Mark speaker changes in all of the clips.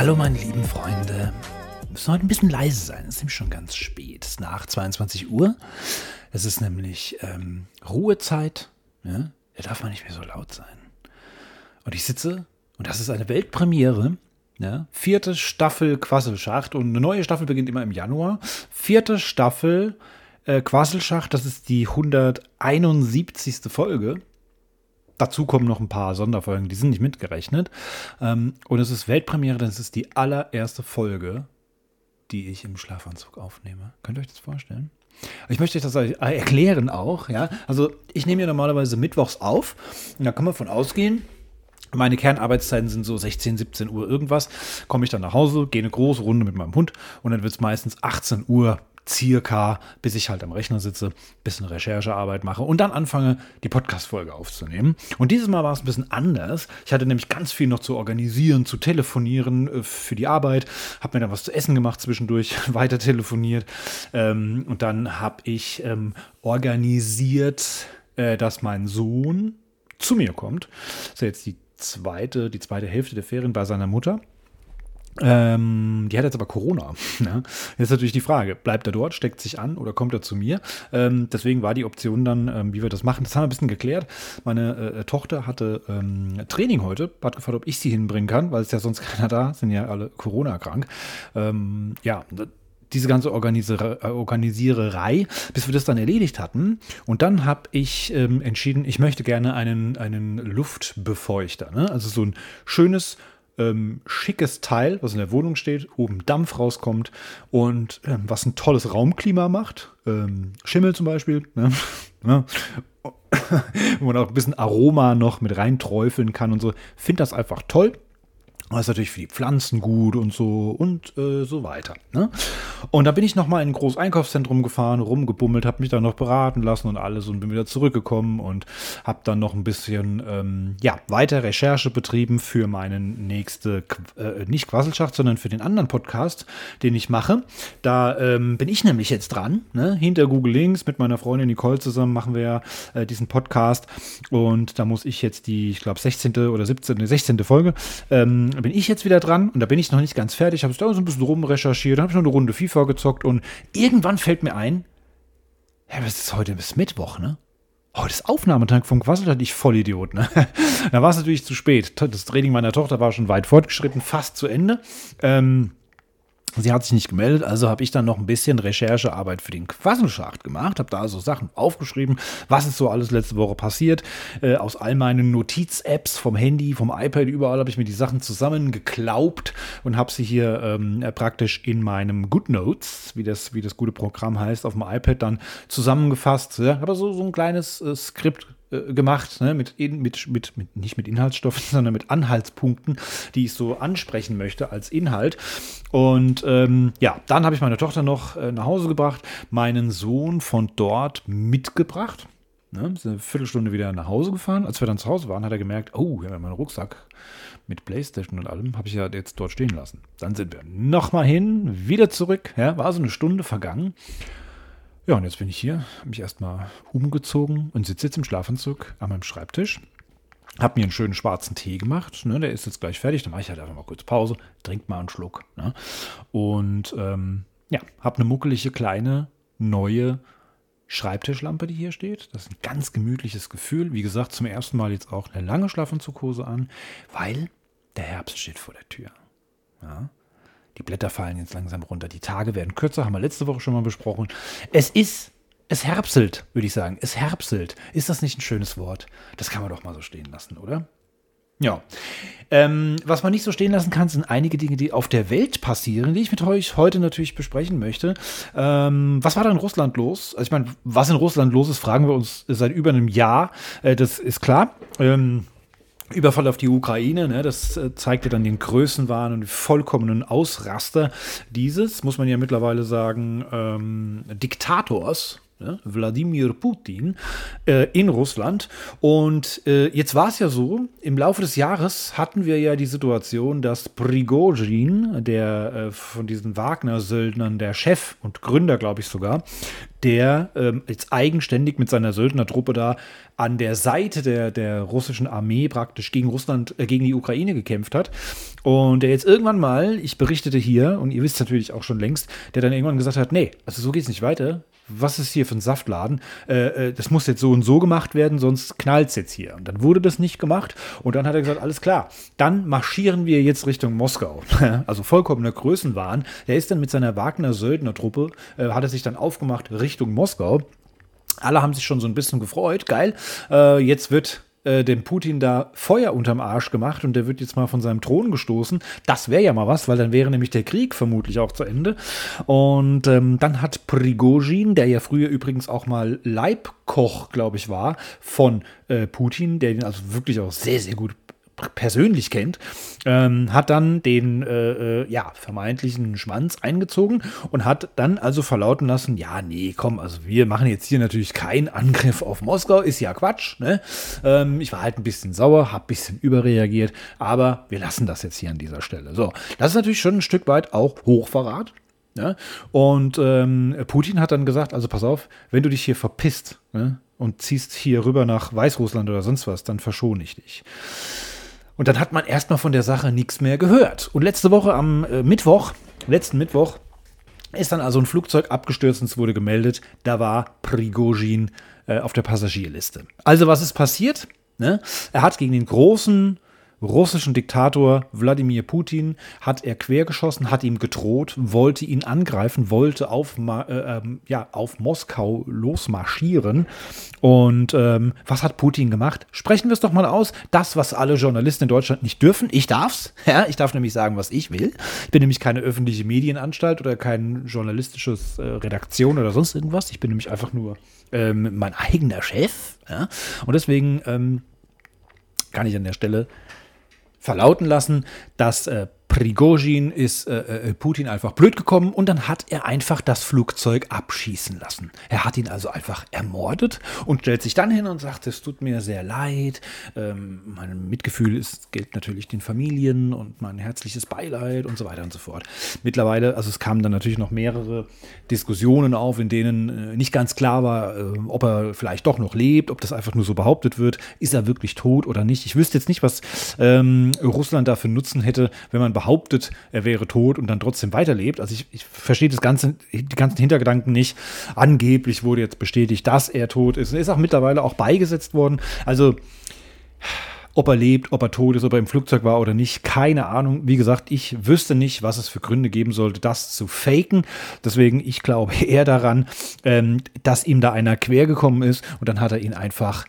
Speaker 1: Hallo meine lieben Freunde. Wir müssen heute ein bisschen leise sein. Es ist nämlich schon ganz spät. Es ist nach 22 Uhr. Es ist nämlich Ruhezeit. Ja? Da darf man nicht mehr so laut sein. Und ich sitze, und das ist eine Weltpremiere, ja? 4. Staffel Quasselschacht. Und eine neue Staffel beginnt immer im Januar. 4. Staffel Quasselschacht, das ist die 171. Folge. Dazu kommen noch ein paar Sonderfolgen, die sind nicht mitgerechnet. Und es ist Weltpremiere, denn es ist die allererste Folge, die ich im Schlafanzug aufnehme. Könnt ihr euch das vorstellen? Ich möchte euch das erklären auch. Ja? Also ich nehme ja normalerweise mittwochs auf. Und da kann man von ausgehen, meine Kernarbeitszeiten sind so 16, 17 Uhr irgendwas. Komme ich dann nach Hause, gehe eine große Runde mit meinem Hund und dann wird es meistens 18 Uhr circa, bis ich halt am Rechner sitze, bisschen Recherchearbeit mache und dann anfange, die Podcast-Folge aufzunehmen. Und dieses Mal war es ein bisschen anders. Ich hatte nämlich ganz viel noch zu organisieren, zu telefonieren für die Arbeit, habe mir dann was zu essen gemacht zwischendurch, weiter telefoniert und dann habe ich organisiert, dass mein Sohn zu mir kommt. Das ist ja jetzt die zweite Hälfte der Ferien bei seiner Mutter. Die hat jetzt aber Corona. Ne? Jetzt ist natürlich die Frage, bleibt er dort, steckt sich an oder kommt er zu mir? Deswegen war die Option dann, wie wir das machen. Das haben wir ein bisschen geklärt. Meine Tochter hatte Training heute, hat gefragt, ob ich sie hinbringen kann, weil es ja sonst keiner da, sind ja alle Corona-krank. Diese ganze Organisiererei, bis wir das dann erledigt hatten. Und dann habe ich entschieden, ich möchte gerne einen Luftbefeuchter. Ne? Also so ein schönes, schickes Teil, was in der Wohnung steht, oben Dampf rauskommt und was ein tolles Raumklima macht. Schimmel zum Beispiel. Ne? Ja. Wo man auch ein bisschen Aroma noch mit reinträufeln kann und so. Finde das einfach toll. Das ist natürlich für die Pflanzen gut und so weiter. Ne? Und da bin ich nochmal in ein großes Einkaufszentrum gefahren, rumgebummelt, habe mich dann noch beraten lassen und alles und bin wieder zurückgekommen und habe dann noch ein bisschen weiter Recherche betrieben für meinen nicht Quasselschacht, sondern für den anderen Podcast, den ich mache. Da bin ich nämlich jetzt dran, ne? Hinter Google Links mit meiner Freundin Nicole zusammen machen wir ja diesen Podcast und da muss ich jetzt die, ich glaube 16. oder 16. Folge bin ich jetzt wieder dran und da bin ich noch nicht ganz fertig. Ich habe da so ein bisschen rumrecherchiert, habe ich noch eine Runde FIFA gezockt und irgendwann fällt mir ein, ja, das ist heute bis Mittwoch, ne? Heute ist Aufnahmetag vom Quasselstadt, ich Vollidiot, ne? Da war es natürlich zu spät. Das Training meiner Tochter war schon weit fortgeschritten, fast zu Ende. Sie hat sich nicht gemeldet, also habe ich dann noch ein bisschen Recherchearbeit für den Quasselschacht gemacht, habe da also Sachen aufgeschrieben, was ist so alles letzte Woche passiert. Aus all meinen Notiz-Apps vom Handy, vom iPad, überall habe ich mir die Sachen zusammengeklaubt und habe sie hier praktisch in meinem GoodNotes, wie das gute Programm heißt, auf dem iPad dann zusammengefasst. Ja, habe so ein kleines Skript gemacht, ne, nicht mit Inhaltsstoffen, sondern mit Anhaltspunkten, die ich so ansprechen möchte als Inhalt. Und dann habe ich meine Tochter noch nach Hause gebracht, meinen Sohn von dort mitgebracht. Ne, ist eine Viertelstunde wieder nach Hause gefahren. Als wir dann zu Hause waren, hat er gemerkt, oh, ja, mein Rucksack mit Playstation und allem habe ich ja jetzt dort stehen lassen. Dann sind wir nochmal hin, wieder zurück. Ja, war so eine Stunde vergangen. Ja, und jetzt bin ich hier, habe mich erstmal umgezogen und sitze jetzt im Schlafanzug an meinem Schreibtisch. Habe mir einen schönen schwarzen Tee gemacht, ne, der ist jetzt gleich fertig. Dann mache ich halt einfach mal kurz Pause, trink mal einen Schluck. Ne, und habe eine muckelige, kleine, neue Schreibtischlampe, die hier steht. Das ist ein ganz gemütliches Gefühl. Wie gesagt, zum ersten Mal jetzt auch eine lange Schlafanzughose an, weil der Herbst steht vor der Tür. Ja. Die Blätter fallen jetzt langsam runter. Die Tage werden kürzer, haben wir letzte Woche schon mal besprochen. Es herbstelt, würde ich sagen. Es herbstelt. Ist das nicht ein schönes Wort? Das kann man doch mal so stehen lassen, oder? Ja. Was man nicht so stehen lassen kann, sind einige Dinge, die auf der Welt passieren, die ich mit euch heute natürlich besprechen möchte. Was war da in Russland los? Also ich meine, was in Russland los ist, fragen wir uns seit über einem Jahr. Das ist klar. Überfall auf die Ukraine, ne, das zeigte dann den Größenwahn und den vollkommenen Ausraster dieses, muss man ja mittlerweile sagen, Diktators, ne, Wladimir Putin, in Russland. Und jetzt war es ja so, im Laufe des Jahres hatten wir ja die Situation, dass Prigozhin, der von diesen Wagner-Söldnern, der Chef und Gründer, glaube ich sogar, der jetzt eigenständig mit seiner Söldnertruppe da an der Seite der russischen Armee praktisch gegen Russland, gegen die Ukraine gekämpft hat. Und der jetzt irgendwann mal, ich berichtete hier, und ihr wisst natürlich auch schon längst, der dann irgendwann gesagt hat, nee, also so geht's nicht weiter. Was ist hier für ein Saftladen? Das muss jetzt so und so gemacht werden, sonst knallt's jetzt hier. Und dann wurde das nicht gemacht. Und dann hat er gesagt, alles klar, dann marschieren wir jetzt Richtung Moskau. Also vollkommener Größenwahn. Der ist dann mit seiner Wagner-Söldner-Truppe, hat er sich dann aufgemacht Richtung Moskau. Alle haben sich schon so ein bisschen gefreut. Geil, jetzt wird dem Putin da Feuer unterm Arsch gemacht und der wird jetzt mal von seinem Thron gestoßen. Das wäre ja mal was, weil dann wäre nämlich der Krieg vermutlich auch zu Ende. Und dann hat Prigozhin, der ja früher übrigens auch mal Leibkoch, glaube ich, war, von Putin, der ihn also wirklich auch sehr, sehr gut persönlich kennt, hat dann den vermeintlichen Schwanz eingezogen und hat dann also verlauten lassen, ja, nee, komm, also wir machen jetzt hier natürlich keinen Angriff auf Moskau, ist ja Quatsch, ne? Ich war halt ein bisschen sauer, hab ein bisschen überreagiert, aber wir lassen das jetzt hier an dieser Stelle. So, das ist natürlich schon ein Stück weit auch Hochverrat. Ja? Und Putin hat dann gesagt, also pass auf, wenn du dich hier verpisst, ne, und ziehst hier rüber nach Weißrussland oder sonst was, dann verschone ich dich. Und dann hat man erstmal von der Sache nichts mehr gehört. Und letzte Woche am letzten Mittwoch, ist dann also ein Flugzeug abgestürzt und es wurde gemeldet, da war Prigozhin auf der Passagierliste. Also was ist passiert? Ne? Er hat gegen den großen russischen Diktator Wladimir Putin hat er quergeschossen, hat ihm gedroht, wollte ihn angreifen, wollte auf Moskau losmarschieren. Und was hat Putin gemacht? Sprechen wir es doch mal aus. Das, was alle Journalisten in Deutschland nicht dürfen. Ich darf's. Ja, ich darf nämlich sagen, was ich will. Ich bin nämlich keine öffentliche Medienanstalt oder kein journalistisches Redaktion oder sonst irgendwas. Ich bin nämlich einfach nur mein eigener Chef. Ja? Und deswegen kann ich an der Stelle verlauten lassen, dass Prigozhin ist Putin einfach blöd gekommen und dann hat er einfach das Flugzeug abschießen lassen. Er hat ihn also einfach ermordet und stellt sich dann hin und sagt, es tut mir sehr leid, mein Mitgefühl gilt natürlich den Familien und mein herzliches Beileid und so weiter und so fort. Mittlerweile, also es kamen dann natürlich noch mehrere Diskussionen auf, in denen nicht ganz klar war, ob er vielleicht doch noch lebt, ob das einfach nur so behauptet wird, ist er wirklich tot oder nicht. Ich wüsste jetzt nicht, was Russland dafür Nutzen hätte, wenn man behauptet, er wäre tot und dann trotzdem weiterlebt. Also ich verstehe die ganzen Hintergedanken nicht. Angeblich wurde jetzt bestätigt, dass er tot ist. Er ist auch mittlerweile auch beigesetzt worden. Also ob er lebt, ob er tot ist, ob er im Flugzeug war oder nicht, keine Ahnung. Wie gesagt, ich wüsste nicht, was es für Gründe geben sollte, das zu faken. Deswegen, ich glaube eher daran, dass ihm da einer quer gekommen ist und dann hat er ihn einfach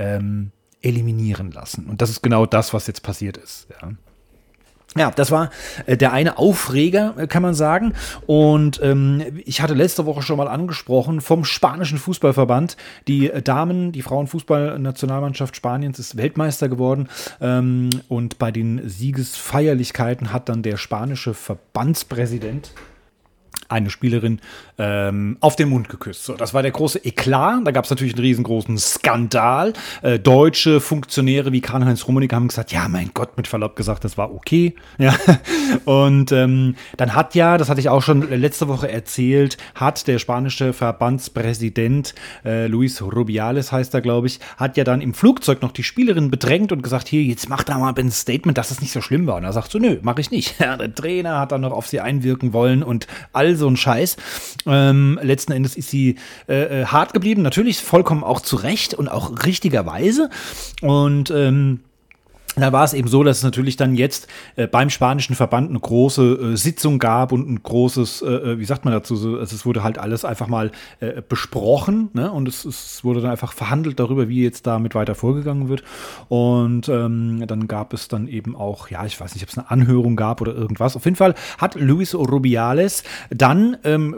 Speaker 1: eliminieren lassen. Und das ist genau das, was jetzt passiert ist. Ja, das war der eine Aufreger, kann man sagen. Und ich hatte letzte Woche schon mal angesprochen, vom spanischen Fußballverband. Die Frauenfußballnationalmannschaft Spaniens ist Weltmeister geworden. Und bei den Siegesfeierlichkeiten hat dann der spanische Verbandspräsident eine Spielerin auf den Mund geküsst. So, das war der große Eklat. Da gab es natürlich einen riesengroßen Skandal. Deutsche Funktionäre wie Karl-Heinz Rummenigge haben gesagt, ja, mein Gott, mit Verlaub gesagt, das war okay. Ja. Und dann hat ja, das hatte ich auch schon letzte Woche erzählt, hat der spanische Verbandspräsident Luis Rubiales heißt er, glaube ich, hat ja dann im Flugzeug noch die Spielerin bedrängt und gesagt, hier, jetzt mach da mal ein Statement, dass es nicht so schlimm war. Und er sagt so, nö, mache ich nicht. Ja, der Trainer hat dann noch auf sie einwirken wollen und all so ein Scheiß. Letzten Endes ist sie hart geblieben, natürlich vollkommen auch zu Recht und auch richtigerweise. Und da war es eben so, dass es natürlich dann jetzt beim spanischen Verband eine große Sitzung gab und ein großes, wie sagt man dazu, also es wurde halt alles einfach mal besprochen, ne? Und es wurde dann einfach verhandelt darüber, wie jetzt damit weiter vorgegangen wird. Und dann gab es dann eben auch, ja, ich weiß nicht, ob es eine Anhörung gab oder irgendwas. Auf jeden Fall hat Luis Rubiales dann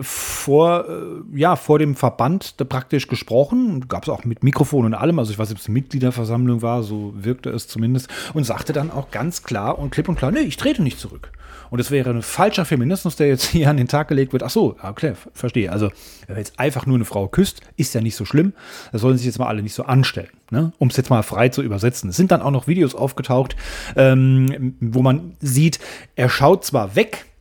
Speaker 1: vor dem Verband praktisch gesprochen, gab es auch mit Mikrofon und allem, also ich weiß nicht, ob es eine Mitgliederversammlung war, so wirkte es zumindest, und sagte dann auch ganz klar und klipp und klar, nee, ich trete nicht zurück. Und es wäre ein falscher Feminismus, der jetzt hier an den Tag gelegt wird. Ach so, okay, verstehe. Also, wenn jetzt einfach nur eine Frau küsst, ist ja nicht so schlimm. Da sollen sich jetzt mal alle nicht so anstellen, ne? Um es jetzt mal frei zu übersetzen. Es sind dann auch noch Videos aufgetaucht, wo man sieht, er schaut zwar weg,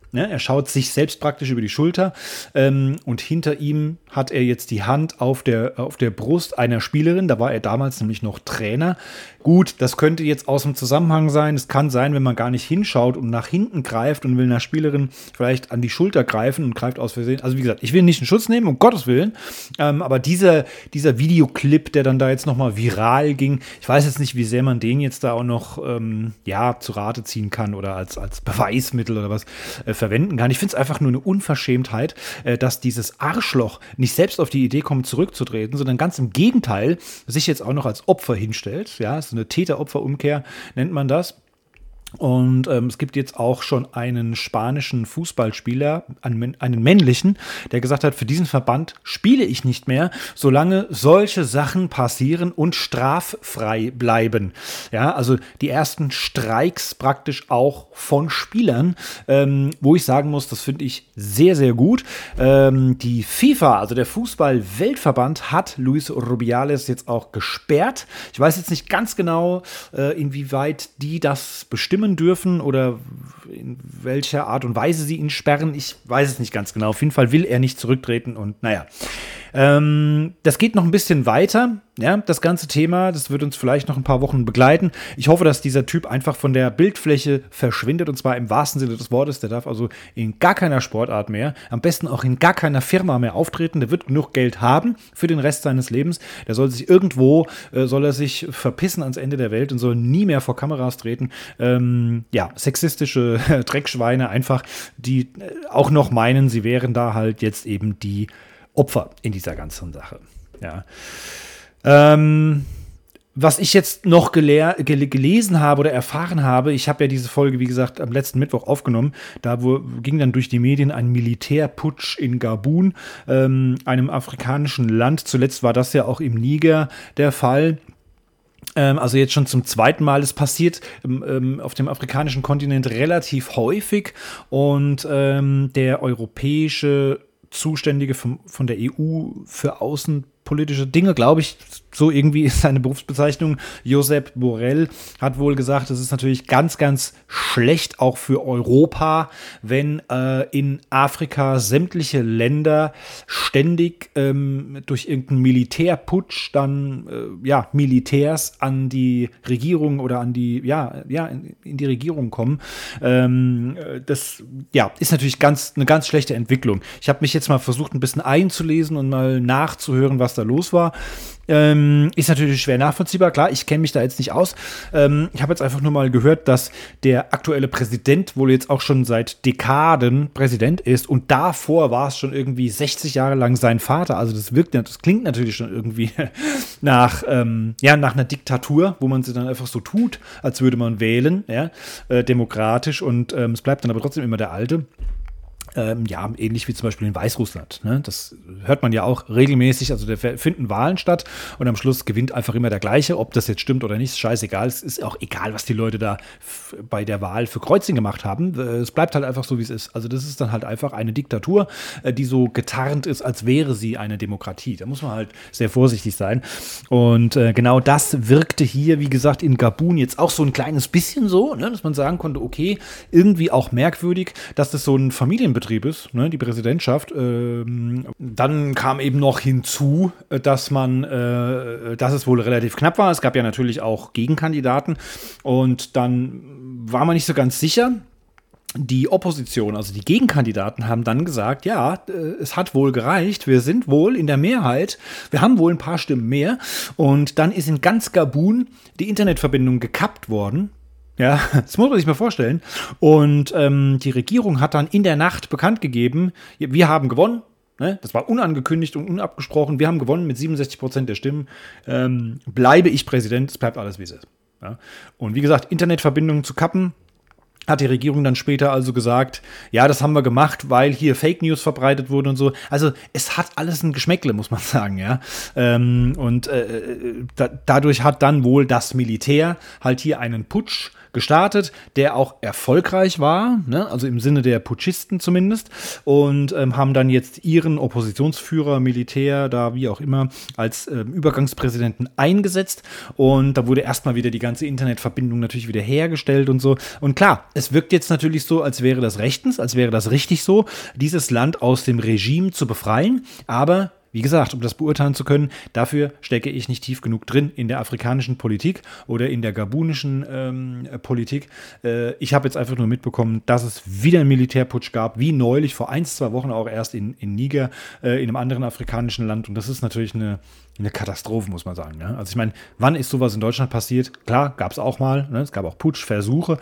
Speaker 1: Ne? Er schaut sich selbst praktisch über die Schulter und hinter ihm hat er jetzt die Hand auf der Brust einer Spielerin. Da war er damals nämlich noch Trainer. Gut, das könnte jetzt aus dem Zusammenhang sein. Es kann sein, wenn man gar nicht hinschaut und nach hinten greift und will einer Spielerin vielleicht an die Schulter greifen und greift aus Versehen. Also wie gesagt, ich will nicht in Schutz nehmen, um Gottes Willen. Aber dieser Videoclip, der dann da jetzt nochmal viral ging, ich weiß jetzt nicht, wie sehr man den jetzt da auch noch zu Rate ziehen kann oder als Beweismittel oder was verwenden kann. Ich finde es einfach nur eine Unverschämtheit, dass dieses Arschloch nicht selbst auf die Idee kommt, zurückzutreten, sondern ganz im Gegenteil sich jetzt auch noch als Opfer hinstellt. Ja, so eine Täter-Opfer-Umkehr nennt man das. Und es gibt jetzt auch schon einen spanischen Fußballspieler, einen männlichen, der gesagt hat, für diesen Verband spiele ich nicht mehr, solange solche Sachen passieren und straffrei bleiben. Ja, also die ersten Streiks praktisch auch von Spielern, wo ich sagen muss, das finde ich sehr, sehr gut. Die FIFA, also der Fußball-Weltverband, hat Luis Rubiales jetzt auch gesperrt. Ich weiß jetzt nicht ganz genau, inwieweit die das bestimmen dürfen oder in welcher Art und Weise sie ihn sperren. Ich weiß es nicht ganz genau. Auf jeden Fall will er nicht zurücktreten und naja. Das geht noch ein bisschen weiter, ja, das ganze Thema. Das wird uns vielleicht noch ein paar Wochen begleiten. Ich hoffe, dass dieser Typ einfach von der Bildfläche verschwindet und zwar im wahrsten Sinne des Wortes. Der darf also in gar keiner Sportart mehr, am besten auch in gar keiner Firma mehr auftreten. Der wird genug Geld haben für den Rest seines Lebens. Der soll sich irgendwo, soll er sich verpissen ans Ende der Welt und soll nie mehr vor Kameras treten. Sexistische Dreckschweine einfach, die auch noch meinen, sie wären da halt jetzt eben die Opfer in dieser ganzen Sache. Ja. Was ich jetzt noch gelesen habe oder erfahren habe, ich habe ja diese Folge, wie gesagt, am letzten Mittwoch aufgenommen, ging dann durch die Medien ein Militärputsch in Gabun, einem afrikanischen Land. Zuletzt war das ja auch im Niger der Fall. Also jetzt schon zum zweiten Mal. Es passiert auf dem afrikanischen Kontinent relativ häufig und der europäische Zuständige von der EU für außenpolitische Dinge, glaube ich, so irgendwie ist seine Berufsbezeichnung, Josep Borrell, hat wohl gesagt, es ist natürlich ganz, ganz schlecht auch für Europa, wenn in Afrika sämtliche Länder ständig durch irgendeinen Militärputsch dann Militärs an die Regierung oder in die Regierung kommen. Das ist natürlich eine ganz schlechte Entwicklung. Ich habe mich jetzt mal versucht, ein bisschen einzulesen und mal nachzuhören, was da los war. Ist natürlich schwer nachvollziehbar, klar, ich kenne mich da jetzt nicht aus. Ich habe jetzt einfach nur mal gehört, dass der aktuelle Präsident wohl jetzt auch schon seit Dekaden Präsident ist und davor war es schon irgendwie 60 Jahre lang sein Vater. Also das klingt natürlich schon irgendwie nach einer Diktatur, wo man sie dann einfach so tut, als würde man wählen, demokratisch und es bleibt dann aber trotzdem immer der Alte. Ähnlich wie zum Beispiel in Weißrussland. Ne? Das hört man ja auch regelmäßig. Also da finden Wahlen statt und am Schluss gewinnt einfach immer der Gleiche. Ob das jetzt stimmt oder nicht, ist scheißegal. Es ist auch egal, was die Leute da bei der Wahl für Kreuzchen gemacht haben. Es bleibt halt einfach so, wie es ist. Also das ist dann halt einfach eine Diktatur, die so getarnt ist, als wäre sie eine Demokratie. Da muss man halt sehr vorsichtig sein. Und genau das wirkte hier, wie gesagt, in Gabun jetzt auch so ein kleines bisschen so, ne? Dass man sagen konnte, okay, irgendwie auch merkwürdig, dass das so ein Familienbetrieb ist, ne, die Präsidentschaft. Dann kam eben noch hinzu, dass es wohl relativ knapp war. Es gab ja natürlich auch Gegenkandidaten und dann war man nicht so ganz sicher. Die Opposition, also die Gegenkandidaten, haben dann gesagt, ja, es hat wohl gereicht, wir sind wohl in der Mehrheit, wir haben wohl ein paar Stimmen mehr und dann ist in ganz Gabun die Internetverbindung gekappt worden. Ja, das muss man sich mal vorstellen. Und die Regierung hat dann in der Nacht bekannt gegeben, wir haben gewonnen. Ne? Das war unangekündigt und unabgesprochen. Wir haben gewonnen mit 67% der Stimmen. Bleibe ich Präsident, es bleibt alles, wie es ist. Ja? Und wie gesagt, Internetverbindungen zu kappen, hat die Regierung dann später also gesagt, ja, das haben wir gemacht, weil hier Fake News verbreitet wurden und so. Also es hat alles ein Geschmäckle, muss man sagen, ja. Dadurch hat dann wohl das Militär halt hier einen Putsch gestartet, der auch erfolgreich war, ne? Also im Sinne der Putschisten zumindest, und haben dann jetzt ihren Oppositionsführer, Militär, da wie auch immer, als Übergangspräsidenten eingesetzt und da wurde erstmal wieder die ganze Internetverbindung natürlich wieder hergestellt und so. Und klar, es wirkt jetzt natürlich so, als wäre das rechtens, als wäre das richtig so, dieses Land aus dem Regime zu befreien. Aber wie gesagt, um das beurteilen zu können, dafür stecke ich nicht tief genug drin in der afrikanischen Politik oder in der gabunischen Politik. Ich habe jetzt einfach nur mitbekommen, dass es wieder einen Militärputsch gab, wie neulich, vor 1-2 Wochen auch erst in Niger, in einem anderen afrikanischen Land. Und das ist natürlich eine Katastrophe, muss man sagen. Ne? Also ich meine, wann ist sowas in Deutschland passiert? Klar, gab es auch mal. Ne? Es gab auch Putschversuche.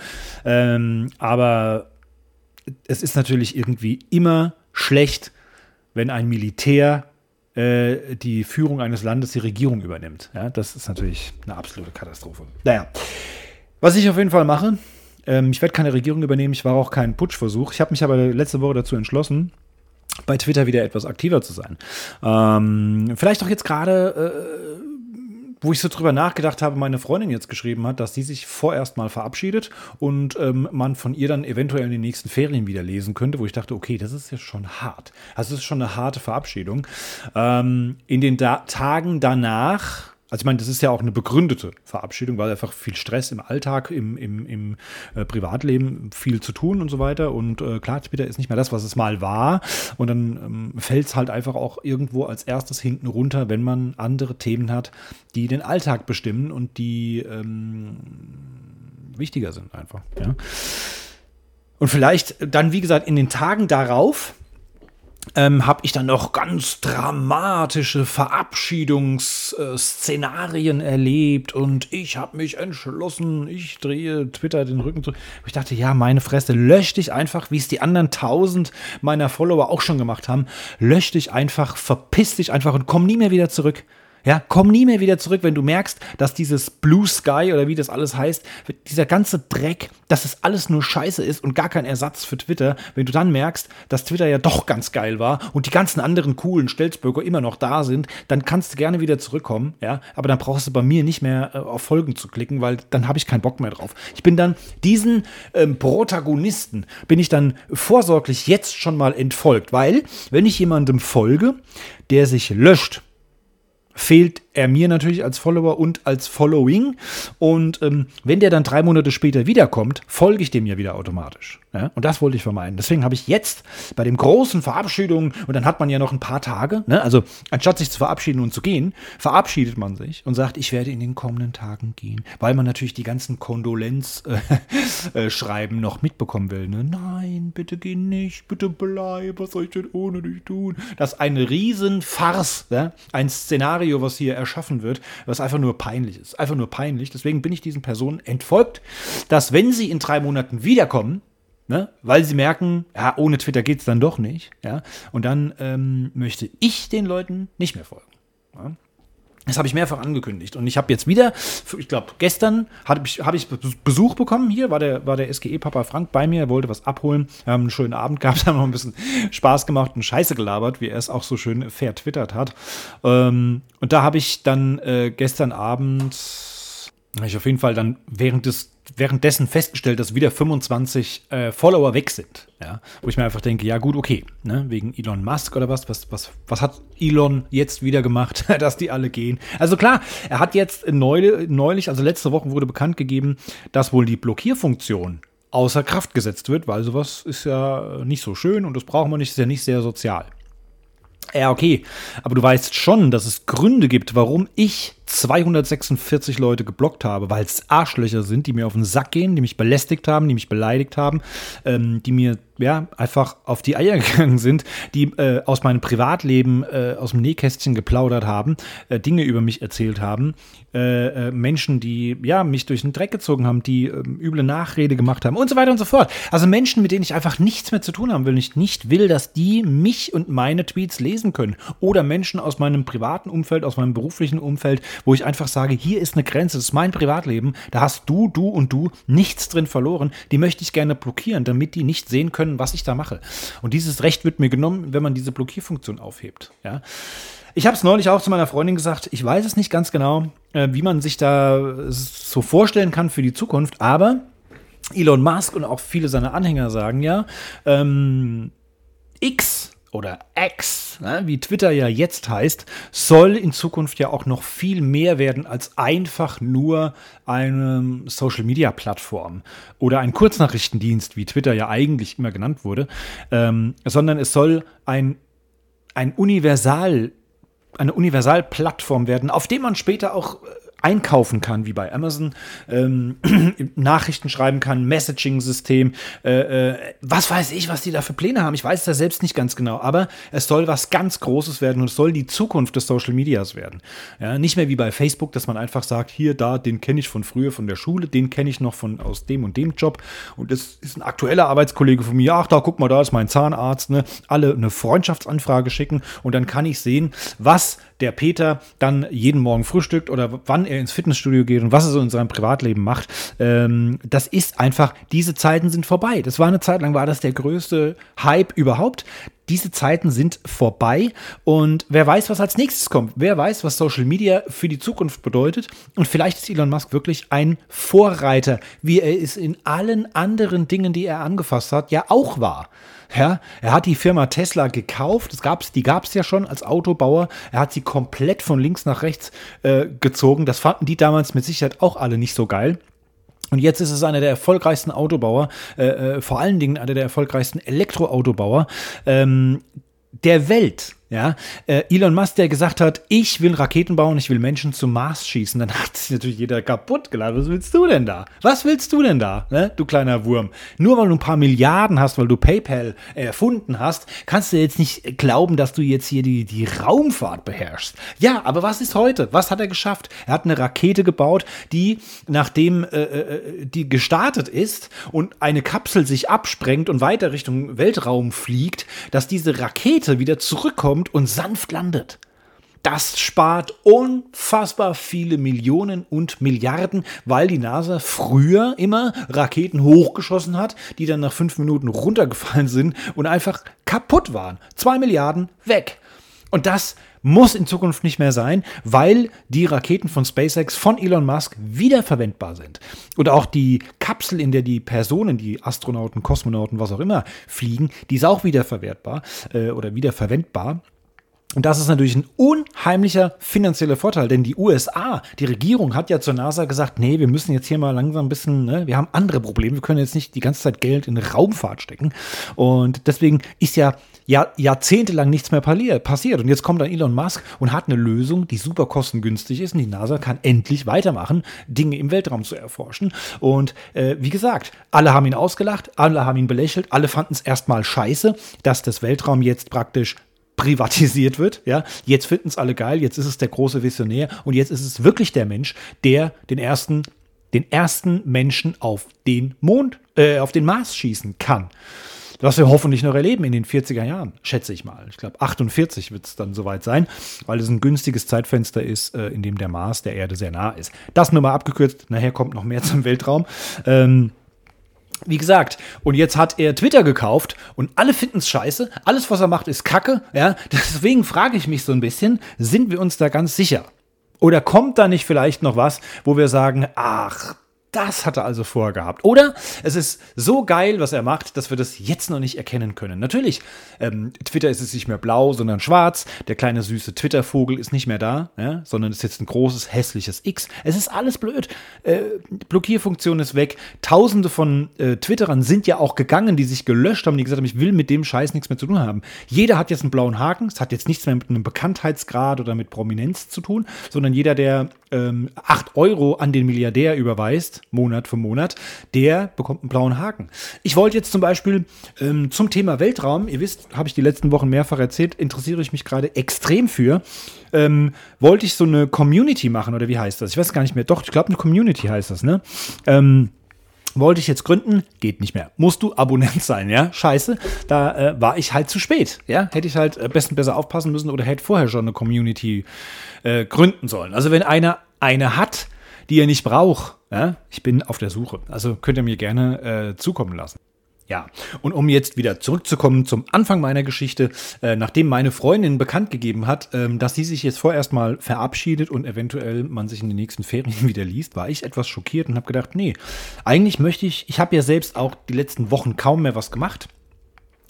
Speaker 1: Aber es ist natürlich irgendwie immer schlecht, wenn ein Militär die Führung eines Landes, die Regierung übernimmt. Ja, das ist natürlich eine absolute Katastrophe. Naja, was ich auf jeden Fall mache, ich werde keine Regierung übernehmen, ich war auch kein Putschversuch. Ich habe mich aber letzte Woche dazu entschlossen, bei Twitter wieder etwas aktiver zu sein. Vielleicht auch jetzt gerade, wo ich so drüber nachgedacht habe, meine Freundin jetzt geschrieben hat, dass sie sich vorerst mal verabschiedet und man von ihr dann eventuell in den nächsten Ferien wieder lesen könnte, wo ich dachte, okay, das ist ja schon hart. Also das ist schon eine harte Verabschiedung. In den Tagen danach, also ich meine, das ist ja auch eine begründete Verabschiedung, weil einfach viel Stress im Alltag, im Privatleben, viel zu tun und so weiter. Und klar, Twitter ist nicht mehr das, was es mal war. Und dann fällt es halt einfach auch irgendwo als erstes hinten runter, wenn man andere Themen hat, die den Alltag bestimmen und die wichtiger sind einfach. Ja. Und vielleicht dann, wie gesagt, in den Tagen darauf habe ich dann noch ganz dramatische Verabschiedungsszenarien erlebt und ich habe mich entschlossen, ich drehe Twitter den Rücken zu. Ich dachte, ja, meine Fresse, lösch dich einfach, wie es die anderen 1000 meiner Follower auch schon gemacht haben. Lösch dich einfach, verpiss dich einfach und komm nie mehr wieder zurück. Ja, komm nie mehr wieder zurück, wenn du merkst, dass dieses Blue Sky oder wie das alles heißt, dieser ganze Dreck, dass es alles nur Scheiße ist und gar kein Ersatz für Twitter. Wenn du dann merkst, dass Twitter ja doch ganz geil war und die ganzen anderen coolen Stelzböcke immer noch da sind, dann kannst du gerne wieder zurückkommen, ja, aber dann brauchst du bei mir nicht mehr auf Folgen zu klicken, weil dann habe ich keinen Bock mehr drauf. Ich bin dann diesen Protagonisten, bin ich dann vorsorglich jetzt schon mal entfolgt, weil wenn ich jemandem folge, der sich löscht, fehlt er mir natürlich als Follower und als Following. Und wenn der dann 3 Monate später wiederkommt, folge ich dem ja wieder automatisch. Ja? Und das wollte ich vermeiden. Deswegen habe ich jetzt bei den großen Verabschiedungen, und dann hat man ja noch ein paar Tage, ne? Also anstatt sich zu verabschieden und zu gehen, verabschiedet man sich und sagt, ich werde in den kommenden Tagen gehen. Weil man natürlich die ganzen Kondolenz-Schreiben noch mitbekommen will. Ne? Nein, bitte geh nicht, bitte bleib, was soll ich denn ohne dich tun? Das ist eine riesen Farce, ja? Ein Szenario, was hier erschaffen wird, was einfach nur peinlich ist. Einfach nur peinlich. Deswegen bin ich diesen Personen entfolgt, dass wenn sie in 3 Monaten wiederkommen, ne, weil sie merken, ja, ohne Twitter geht es dann doch nicht, ja, und dann möchte ich den Leuten nicht mehr folgen. Ja. Das habe ich mehrfach angekündigt. Und ich habe jetzt wieder, ich glaube, gestern hab ich Besuch bekommen. Hier war der SGE-Papa Frank bei mir, er wollte was abholen. Wir haben einen schönen Abend gehabt, haben noch ein bisschen Spaß gemacht und Scheiße gelabert, wie er es auch so schön vertwittert hat. Und da habe ich dann gestern Abend, ich auf jeden Fall dann währenddessen festgestellt, dass wieder 25 Follower weg sind. Ja? Wo ich mir einfach denke, ja gut, okay, ne? Wegen Elon Musk oder was hat Elon jetzt wieder gemacht, dass die alle gehen? Also klar, er hat jetzt neulich, also letzte Woche wurde bekannt gegeben, dass wohl die Blockierfunktion außer Kraft gesetzt wird, weil sowas ist ja nicht so schön und das brauchen wir nicht, ist ja nicht sehr sozial. Ja, okay, aber du weißt schon, dass es Gründe gibt, warum ich 246 Leute geblockt habe, weil es Arschlöcher sind, die mir auf den Sack gehen, die mich belästigt haben, die mich beleidigt haben, die mir ja einfach auf die Eier gegangen sind, die aus meinem Privatleben aus dem Nähkästchen geplaudert haben, Dinge über mich erzählt haben, Menschen, die ja mich durch den Dreck gezogen haben, die üble Nachrede gemacht haben und so weiter und so fort. Also Menschen, mit denen ich einfach nichts mehr zu tun haben will, ich nicht will, dass die mich und meine Tweets lesen können. Oder Menschen aus meinem privaten Umfeld, aus meinem beruflichen Umfeld, wo ich einfach sage, hier ist eine Grenze, das ist mein Privatleben, da hast du und du nichts drin verloren, die möchte ich gerne blockieren, damit die nicht sehen können, was ich da mache. Und dieses Recht wird mir genommen, wenn man diese Blockierfunktion aufhebt. Ja. Ich habe es neulich auch zu meiner Freundin gesagt, ich weiß es nicht ganz genau, wie man sich da so vorstellen kann für die Zukunft, aber Elon Musk und auch viele seiner Anhänger sagen ja, X, oder X, ne, wie Twitter ja jetzt heißt, soll in Zukunft ja auch noch viel mehr werden als einfach nur eine Social-Media-Plattform oder ein Kurznachrichtendienst, wie Twitter ja eigentlich immer genannt wurde, sondern es soll eine Universalplattform werden, auf dem man später auch einkaufen kann, wie bei Amazon, Nachrichten schreiben kann, Messaging-System, was weiß ich, was die da für Pläne haben. Ich weiß das selbst nicht ganz genau, aber es soll was ganz Großes werden und es soll die Zukunft des Social Medias werden. Ja, nicht mehr wie bei Facebook, dass man einfach sagt, hier, da, den kenne ich von früher, von der Schule, den kenne ich noch aus dem und dem Job und das ist ein aktueller Arbeitskollege von mir. Ach, da, guck mal, da ist mein Zahnarzt, ne? Alle eine Freundschaftsanfrage schicken und dann kann ich sehen, was der Peter dann jeden Morgen frühstückt oder wann er ins Fitnessstudio geht und was er so in seinem Privatleben macht. Das ist einfach, diese Zeiten sind vorbei. Das war eine Zeit lang, war das der größte Hype überhaupt. Diese Zeiten sind vorbei und wer weiß, was als nächstes kommt. Wer weiß, was Social Media für die Zukunft bedeutet. Und vielleicht ist Elon Musk wirklich ein Vorreiter, wie er es in allen anderen Dingen, die er angefasst hat, ja auch war. Ja, er hat die Firma Tesla gekauft, die gab es ja schon als Autobauer. Er hat sie komplett von links nach rechts gezogen. Das fanden die damals mit Sicherheit auch alle nicht so geil. Und jetzt ist es einer der erfolgreichsten Autobauer, vor allen Dingen einer der erfolgreichsten Elektroautobauer der Welt. Ja, Elon Musk, der gesagt hat, ich will Raketen bauen, ich will Menschen zum Mars schießen, dann hat sich natürlich jeder kaputt geladen. Was willst du denn da? Was willst du denn da, ne, du kleiner Wurm? Nur weil du ein paar Milliarden hast, weil du PayPal erfunden hast, kannst du jetzt nicht glauben, dass du jetzt hier die Raumfahrt beherrschst. Ja, aber was ist heute? Was hat er geschafft? Er hat eine Rakete gebaut, die, nachdem die gestartet ist und eine Kapsel sich absprengt und weiter Richtung Weltraum fliegt, dass diese Rakete wieder zurückkommt und sanft landet. Das spart unfassbar viele Millionen und Milliarden, weil die NASA früher immer Raketen hochgeschossen hat, die dann nach 5 Minuten runtergefallen sind und einfach kaputt waren. 2 Milliarden weg. Und das muss in Zukunft nicht mehr sein, weil die Raketen von SpaceX, von Elon Musk wiederverwendbar sind. Und auch die Kapsel, in der die Personen, die Astronauten, Kosmonauten, was auch immer, fliegen, die ist auch wiederverwertbar oder wiederverwendbar. Und das ist natürlich ein unheimlicher finanzieller Vorteil, denn die USA, die Regierung hat ja zur NASA gesagt, nee, wir müssen jetzt hier mal langsam ein bisschen, ne, wir haben andere Probleme, wir können jetzt nicht die ganze Zeit Geld in Raumfahrt stecken. Und deswegen ist ja jahrzehntelang nichts mehr passiert. Und jetzt kommt dann Elon Musk und hat eine Lösung, die super kostengünstig ist und die NASA kann endlich weitermachen, Dinge im Weltraum zu erforschen. Und wie gesagt, alle haben ihn ausgelacht, alle haben ihn belächelt, alle fanden es erstmal scheiße, dass das Weltraum jetzt praktisch privatisiert wird, ja, jetzt finden es alle geil, jetzt ist es der große Visionär und jetzt ist es wirklich der Mensch, der den ersten Menschen auf den Mars schießen kann. Was wir hoffentlich noch erleben in den 40er Jahren, schätze ich mal. Ich glaube, 48 wird es dann soweit sein, weil es ein günstiges Zeitfenster ist, in dem der Mars der Erde sehr nah ist. Das nur mal abgekürzt, nachher kommt noch mehr zum Weltraum. Wie gesagt, und jetzt hat er Twitter gekauft und alle finden es scheiße. Alles, was er macht, ist Kacke. Ja? Deswegen frage ich mich so ein bisschen, sind wir uns da ganz sicher? Oder kommt da nicht vielleicht noch was, wo wir sagen, ach, das hat er also vorgehabt. Oder es ist so geil, was er macht, dass wir das jetzt noch nicht erkennen können. Natürlich, Twitter ist jetzt nicht mehr blau, sondern schwarz. Der kleine süße Twitter-Vogel ist nicht mehr da, ja, sondern ist jetzt ein großes, hässliches X. Es ist alles blöd. Blockierfunktion ist weg. Tausende von Twitterern sind ja auch gegangen, die sich gelöscht haben, die gesagt haben, ich will mit dem Scheiß nichts mehr zu tun haben. Jeder hat jetzt einen blauen Haken. Es hat jetzt nichts mehr mit einem Bekanntheitsgrad oder mit Prominenz zu tun, sondern jeder, der 8 Euro an den Milliardär überweist, Monat für Monat, der bekommt einen blauen Haken. Ich wollte jetzt zum Beispiel zum Thema Weltraum, ihr wisst, habe ich die letzten Wochen mehrfach erzählt, interessiere ich mich gerade extrem für, wollte ich so eine Community machen, oder wie heißt das? Ich weiß gar nicht mehr. Doch, ich glaube, eine Community heißt das, ne? Wollte ich jetzt gründen, geht nicht mehr. Musst du Abonnent sein, ja? Scheiße, da war ich halt zu spät, ja? Hätte ich halt besser aufpassen müssen oder hätte vorher schon eine Community gründen sollen. Also wenn einer eine hat, die er nicht braucht, ja? Ich bin auf der Suche. Also könnt ihr mir gerne zukommen lassen. Ja, und um jetzt wieder zurückzukommen zum Anfang meiner Geschichte, nachdem meine Freundin bekannt gegeben hat, dass sie sich jetzt vorerst mal verabschiedet und eventuell man sich in den nächsten Ferien wieder liest, war ich etwas schockiert und habe gedacht, nee, eigentlich möchte ich habe ja selbst auch die letzten Wochen kaum mehr was gemacht.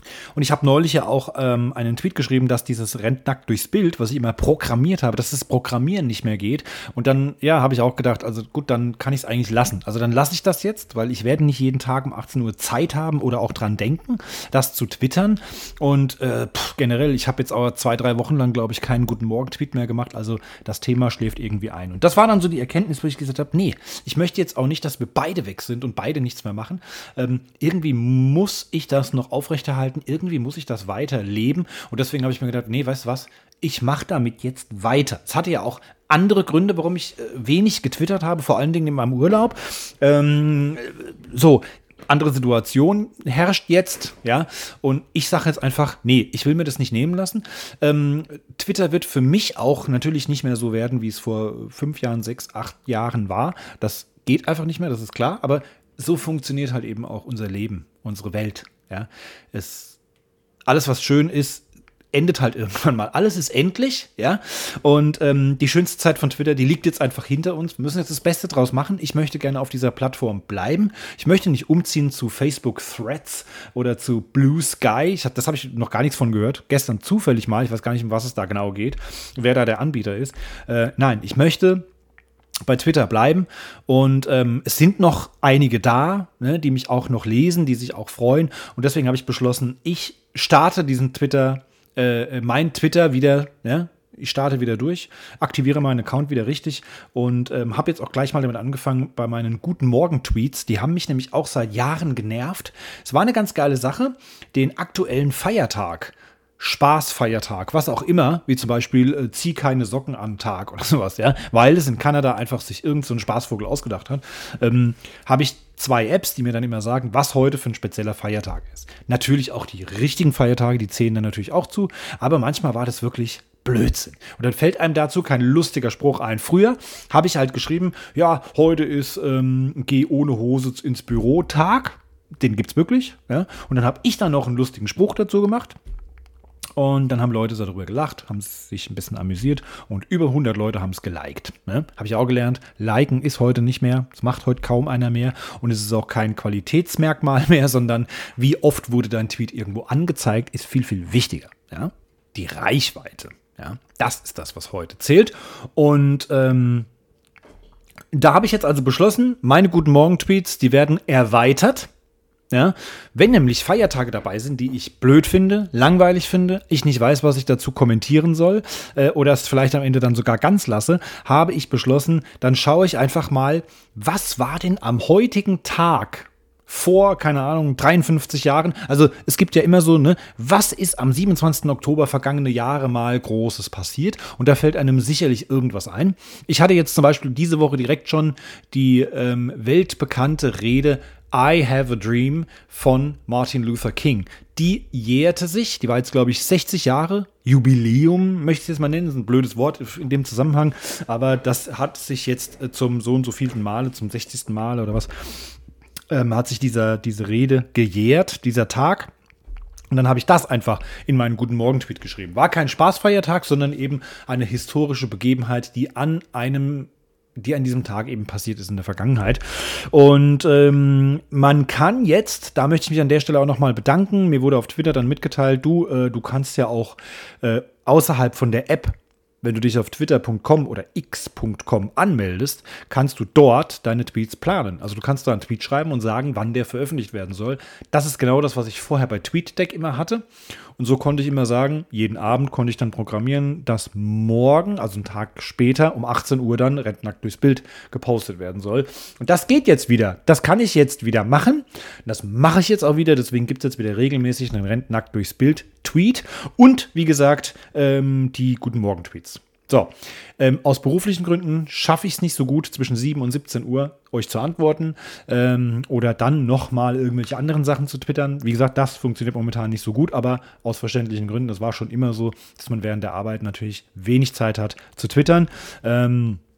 Speaker 1: Und ich habe neulich ja auch einen Tweet geschrieben, dass dieses Rennt nackt durchs Bild, was ich immer programmiert habe, dass das Programmieren nicht mehr geht. Und dann, ja, habe ich auch gedacht, also gut, dann kann ich es eigentlich lassen. Also dann lasse ich das jetzt, weil ich werde nicht jeden Tag um 18 Uhr Zeit haben oder auch dran denken, das zu twittern. Und generell, ich habe jetzt auch 2-3 Wochen lang, glaube ich, keinen Guten Morgen-Tweet mehr gemacht. Also das Thema schläft irgendwie ein. Und das war dann so die Erkenntnis, wo ich gesagt habe, nee, ich möchte jetzt auch nicht, dass wir beide weg sind und beide nichts mehr machen. Irgendwie muss ich das noch aufrechterhalten. Irgendwie muss ich das weiterleben. Und deswegen habe ich mir gedacht, nee, weißt du was? Ich mache damit jetzt weiter. Es hatte ja auch andere Gründe, warum ich wenig getwittert habe, vor allen Dingen in meinem Urlaub. Andere Situation herrscht jetzt, ja, und ich sage jetzt einfach, nee, ich will mir das nicht nehmen lassen. Twitter wird für mich auch natürlich nicht mehr so werden, wie es vor 5 Jahren, 6, 8 Jahren war. Das geht einfach nicht mehr, das ist klar, aber so funktioniert halt eben auch unser Leben, unsere Welt, ja. Alles, was schön ist, endet halt irgendwann mal. Alles ist endlich, ja. Und die schönste Zeit von Twitter, die liegt jetzt einfach hinter uns. Wir müssen jetzt das Beste draus machen. Ich möchte gerne auf dieser Plattform bleiben. Ich möchte nicht umziehen zu Facebook Threads oder zu Blue Sky. Das habe ich noch gar nichts von gehört. Gestern zufällig mal. Ich weiß gar nicht, um was es da genau geht. Wer da der Anbieter ist. Nein, ich möchte bei Twitter bleiben und es sind noch einige da, ne, die mich auch noch lesen, die sich auch freuen und deswegen habe ich beschlossen, ich starte mein Twitter wieder, ja, ich starte wieder durch, aktiviere meinen Account wieder richtig und habe jetzt auch gleich mal damit angefangen bei meinen Guten Morgen-Tweets. Die haben mich nämlich auch seit Jahren genervt. Es war eine ganz geile Sache, den aktuellen Feiertag, Spaßfeiertag, was auch immer, wie zum Beispiel zieh keine Socken an Tag oder sowas, ja, weil es in Kanada einfach sich irgend so ein Spaßvogel ausgedacht hat, habe ich 2 Apps, die mir dann immer sagen, was heute für ein spezieller Feiertag ist. Natürlich auch die richtigen Feiertage, die zählen dann natürlich auch zu, aber manchmal war das wirklich Blödsinn. Und dann fällt einem dazu kein lustiger Spruch ein. Früher habe ich halt geschrieben, ja, heute ist geh ohne Hose ins Büro Tag, den gibt's wirklich, ja, und dann habe ich dann noch einen lustigen Spruch dazu gemacht. Und dann haben Leute darüber gelacht, haben sich ein bisschen amüsiert und über 100 Leute haben es geliked. Ne? Habe ich auch gelernt, liken ist heute nicht mehr, das macht heute kaum einer mehr und es ist auch kein Qualitätsmerkmal mehr, sondern wie oft wurde dein Tweet irgendwo angezeigt, ist viel, viel wichtiger. Ja? Die Reichweite, ja? Das ist das, was heute zählt. Und da habe ich jetzt also beschlossen, meine Guten Morgen-Tweets, die werden erweitert. Ja, wenn nämlich Feiertage dabei sind, die ich blöd finde, langweilig finde, ich nicht weiß, was ich dazu kommentieren soll oder es vielleicht am Ende dann sogar ganz lasse, habe ich beschlossen, dann schaue ich einfach mal, was war denn am heutigen Tag vor, keine Ahnung, 53 Jahren. Also es gibt ja immer so, ne, was ist am 27. Oktober vergangene Jahre mal Großes passiert? Und da fällt einem sicherlich irgendwas ein. Ich hatte jetzt zum Beispiel diese Woche direkt schon die weltbekannte Rede I Have a Dream von Martin Luther King. Die jährte sich, die war jetzt, glaube ich, 60 Jahre, Jubiläum, möchte ich es jetzt mal nennen, das ist ein blödes Wort in dem Zusammenhang, aber das hat sich jetzt zum so und so vielten Male, zum 60. Mal oder was, hat sich diese Rede gejährt, dieser Tag. Und dann habe ich das einfach in meinen Guten Morgen-Tweet geschrieben. War kein Spaßfeiertag, sondern eben eine historische Begebenheit, die an diesem Tag eben passiert ist in der Vergangenheit. Und man kann jetzt, da möchte ich mich an der Stelle auch nochmal bedanken, mir wurde auf Twitter dann mitgeteilt, du kannst ja auch außerhalb von der App, wenn du dich auf twitter.com oder x.com anmeldest, kannst du dort deine Tweets planen. Also du kannst da einen Tweet schreiben und sagen, wann der veröffentlicht werden soll. Das ist genau das, was ich vorher bei TweetDeck immer hatte. Und so konnte ich immer sagen, jeden Abend konnte ich dann programmieren, dass morgen, also einen Tag später, um 18 Uhr dann Rennt nackt durchs Bild gepostet werden soll. Und das geht jetzt wieder. Das kann ich jetzt wieder machen. Das mache ich jetzt auch wieder. Deswegen gibt es jetzt wieder regelmäßig einen Rennt nackt durchs Bild Tweet. Und wie gesagt, die Guten Morgen Tweets. So, aus beruflichen Gründen schaffe ich es nicht so gut, zwischen 7 und 17 Uhr euch zu antworten oder dann nochmal irgendwelche anderen Sachen zu twittern. Wie gesagt, das funktioniert momentan nicht so gut, aber aus verständlichen Gründen, das war schon immer so, dass man während der Arbeit natürlich wenig Zeit hat zu twittern.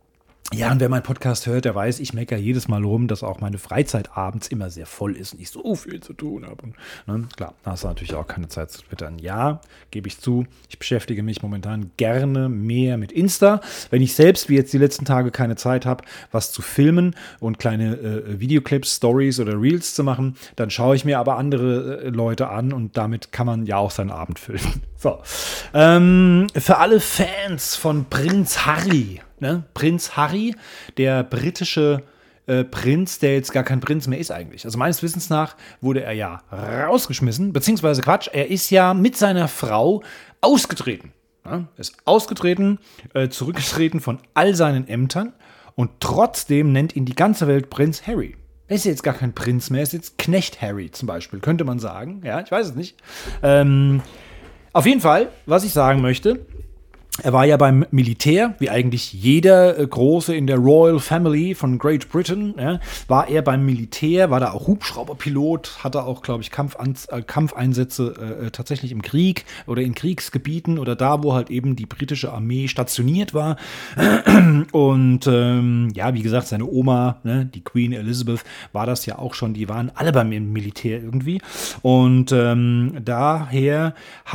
Speaker 1: Ja, und wer meinen Podcast hört, der weiß, ich meckere jedes Mal rum, dass auch meine Freizeit abends immer sehr voll ist und ich so viel zu tun habe. Und, ne, klar, da hast du natürlich auch keine Zeit zu twittern. Ja, gebe ich zu, ich beschäftige mich momentan gerne mehr mit Insta. Wenn ich selbst, wie jetzt die letzten Tage, keine Zeit habe, was zu filmen und kleine Videoclips, Stories oder Reels zu machen, dann schaue ich mir aber andere Leute an und damit kann man ja auch seinen Abend füllen. So, für alle Fans von Prinz Harry, ne? Prinz Harry, der britische Prinz, der jetzt gar kein Prinz mehr ist eigentlich. Also meines Wissens nach wurde er ja rausgeschmissen, beziehungsweise Quatsch, er ist ja mit seiner Frau ausgetreten. Ja? Ist ausgetreten, zurückgetreten von all seinen Ämtern und trotzdem nennt ihn die ganze Welt Prinz Harry. Er ist jetzt gar kein Prinz mehr, er ist jetzt Knecht Harry zum Beispiel, könnte man sagen. Ja, ich weiß es nicht. Auf jeden Fall, was ich sagen möchte, er war ja beim Militär, wie eigentlich jeder Große in der Royal Family von Great Britain, ja, war er beim Militär, war da auch Hubschrauberpilot, hatte auch, glaube ich, Kampfeinsätze tatsächlich im Krieg oder in Kriegsgebieten oder da, wo halt eben die britische Armee stationiert war. Und ja, wie gesagt, seine Oma, ne, die Queen Elizabeth, war das ja auch schon, die waren alle beim Militär irgendwie. Und daher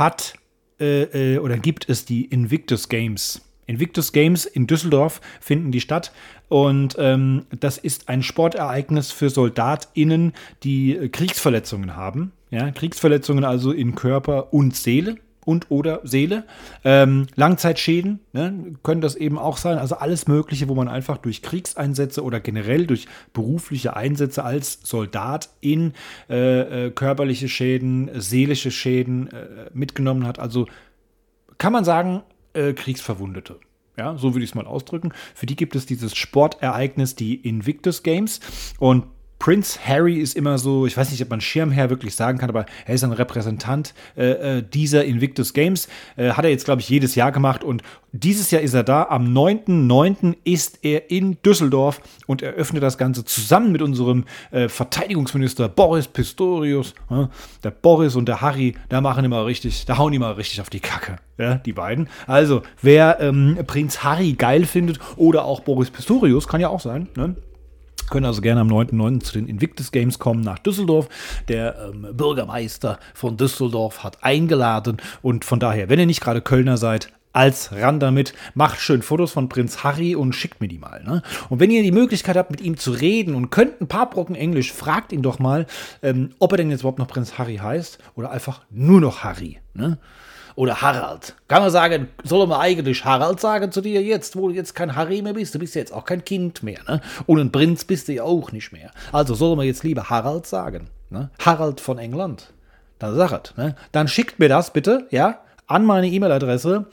Speaker 1: gibt es die Invictus Games. Invictus Games in Düsseldorf finden die statt und das ist ein Sportereignis für SoldatInnen, die Kriegsverletzungen haben. Ja, Kriegsverletzungen also in Körper und Seele. Oder Seele. Langzeitschäden, ne, können das eben auch sein. Also alles Mögliche, wo man einfach durch Kriegseinsätze oder generell durch berufliche Einsätze als Soldat in körperliche Schäden, seelische Schäden mitgenommen hat. Also kann man sagen, Kriegsverwundete. Ja, so würde ich es mal ausdrücken. Für die gibt es dieses Sportereignis, die Invictus Games. Und Prinz Harry ist immer so, ich weiß nicht, ob man Schirmherr wirklich sagen kann, aber er ist ein Repräsentant dieser Invictus Games. Hat er jetzt, glaube ich, jedes Jahr gemacht und dieses Jahr ist er da. Am 9.9. ist er in Düsseldorf und eröffnet das Ganze zusammen mit unserem Verteidigungsminister Boris Pistorius. Der Boris und der Harry, da hauen immer richtig auf die Kacke, ja, die beiden. Also, wer Prinz Harry geil findet oder auch Boris Pistorius, kann ja auch sein, ne? Können also gerne am 9.9. zu den Invictus Games kommen nach Düsseldorf. Der Bürgermeister von Düsseldorf hat eingeladen und von daher, wenn ihr nicht gerade Kölner seid, als ran damit, macht schön Fotos von Prinz Harry und schickt mir die mal. Ne? Und wenn ihr die Möglichkeit habt, mit ihm zu reden und könnt ein paar Brocken Englisch, fragt ihn doch mal, ob er denn jetzt überhaupt noch Prinz Harry heißt oder einfach nur noch Harry. Ne? Oder Harald. Kann man sagen, soll man eigentlich Harald sagen zu dir jetzt, wo du jetzt kein Harry mehr bist? Du bist ja jetzt auch kein Kind mehr, ne? Und ein Prinz bist du ja auch nicht mehr. Also soll man jetzt lieber Harald sagen, ne? Harald von England. Dann sagt, ne? Dann schickt mir das bitte, ja, an meine E-Mail-Adresse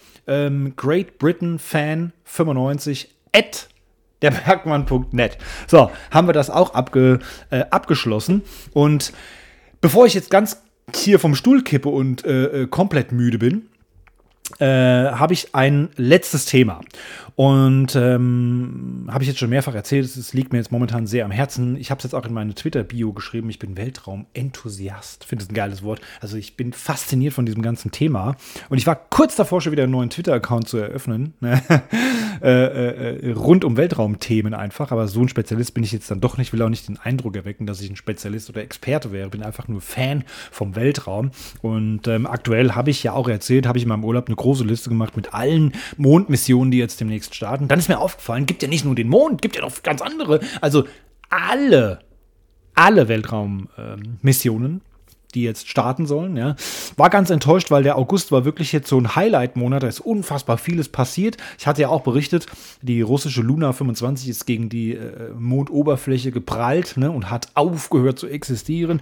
Speaker 1: greatbritain95@derbergmann.net. So, haben wir das auch abgeschlossen. Und bevor ich jetzt ganz hier vom Stuhl kippe und komplett müde bin, habe ich ein letztes Thema. Und habe ich jetzt schon mehrfach erzählt, es liegt mir jetzt momentan sehr am Herzen. Ich habe es jetzt auch in meine Twitter-Bio geschrieben, ich bin Weltraum-Enthusiast. Finde es ein geiles Wort. Also ich bin fasziniert von diesem ganzen Thema. Und ich war kurz davor, schon wieder einen neuen Twitter-Account zu eröffnen. Rund um Weltraumthemen einfach. Aber so ein Spezialist bin ich jetzt dann doch nicht. Will auch nicht den Eindruck erwecken, dass ich ein Spezialist oder Experte wäre. Bin einfach nur Fan vom Weltraum. Und aktuell habe ich ja auch erzählt, habe ich in meinem Urlaub eine große Liste gemacht mit allen Mondmissionen, die jetzt demnächst starten. Dann ist mir aufgefallen, gibt ja nicht nur den Mond, gibt ja noch ganz andere. Also alle Weltraummissionen, die jetzt starten sollen. Ja. War ganz enttäuscht, weil der August war wirklich jetzt so ein Highlight-Monat. Da ist unfassbar vieles passiert. Ich hatte ja auch berichtet, die russische Luna 25 ist gegen die Mondoberfläche geprallt, ne, und hat aufgehört zu existieren.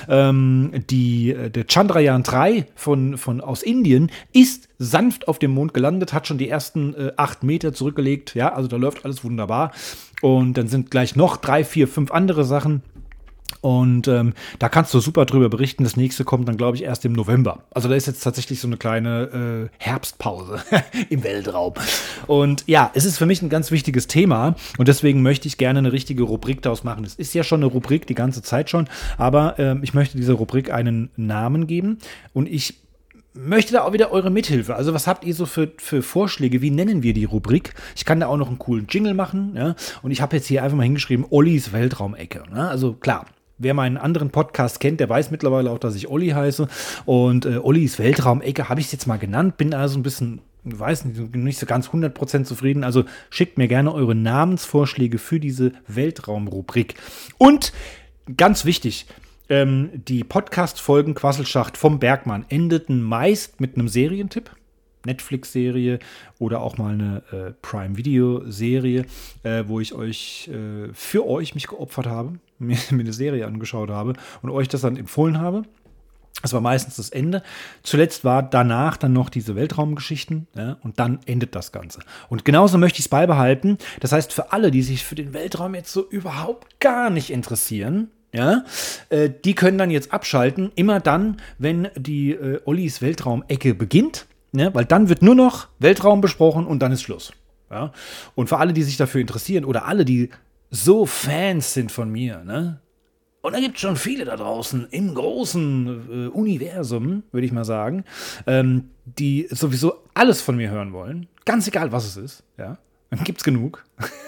Speaker 1: Der Chandrayaan 3 aus Indien ist sanft auf dem Mond gelandet, hat schon die ersten 8 Meter zurückgelegt. Ja, also da läuft alles wunderbar. Und dann sind gleich noch 3, 4, 5 andere Sachen. Und da kannst du super drüber berichten. Das nächste kommt dann, glaube ich, erst im November. Also da ist jetzt tatsächlich so eine kleine Herbstpause im Weltraum. Und ja, es ist für mich ein ganz wichtiges Thema. Und deswegen möchte ich gerne eine richtige Rubrik daraus machen. Es ist ja schon eine Rubrik, die ganze Zeit schon. Aber ich möchte dieser Rubrik einen Namen geben. Und ich möchte da auch wieder eure Mithilfe. Also was habt ihr so für Vorschläge? Wie nennen wir die Rubrik? Ich kann da auch noch einen coolen Jingle machen. Ja? Und ich habe jetzt hier einfach mal hingeschrieben, Ollis Weltraumecke. Ja? Also klar, wer meinen anderen Podcast kennt, der weiß mittlerweile auch, dass ich Olli heiße. Und Ollis Weltraumecke habe ich es jetzt mal genannt. Bin also ein bisschen, weiß nicht so ganz 100% zufrieden. Also schickt mir gerne eure Namensvorschläge für diese Weltraumrubrik. Und ganz wichtig, die Podcast-Folgen Quasselschacht vom Bergmann endeten meist mit einem Serientipp. Netflix-Serie oder auch mal eine Prime-Video-Serie, wo ich für euch mich geopfert habe, mir eine Serie angeschaut habe und euch das dann empfohlen habe. Das war meistens das Ende. Zuletzt war danach dann noch diese Weltraumgeschichten, ja, und dann endet das Ganze. Und genauso möchte ich es beibehalten. Das heißt, für alle, die sich für den Weltraum jetzt so überhaupt gar nicht interessieren, ja, die können dann jetzt abschalten, immer dann, wenn die Ollis Weltraumecke beginnt, ne, weil dann wird nur noch Weltraum besprochen und dann ist Schluss. Ja. Und für alle, die sich dafür interessieren oder alle, die so Fans sind von mir, ne, und da gibt es schon viele da draußen im großen Universum, würde ich mal sagen, die sowieso alles von mir hören wollen, ganz egal, was es ist, ja, dann gibt es genug,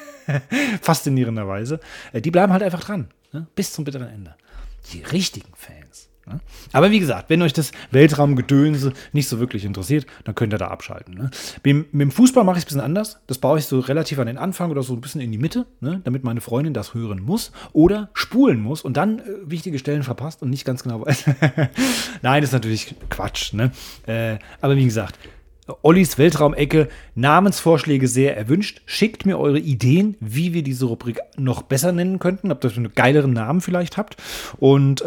Speaker 1: faszinierenderweise, die bleiben halt einfach dran. Bis zum bitteren Ende. Die richtigen Fans. Ne? Aber wie gesagt, wenn euch das Weltraumgedönse nicht so wirklich interessiert, dann könnt ihr da abschalten. Ne? Mit dem Fußball mache ich es ein bisschen anders. Das baue ich so relativ an den Anfang oder so ein bisschen in die Mitte, ne? Damit meine Freundin das hören muss oder spulen muss und dann wichtige Stellen verpasst und nicht ganz genau weiß. Nein, das ist natürlich Quatsch. Ne? Aber wie gesagt, Ollis Weltraumecke, Namensvorschläge sehr erwünscht. Schickt mir eure Ideen, wie wir diese Rubrik noch besser nennen könnten. Ob ihr einen geileren Namen vielleicht habt. Und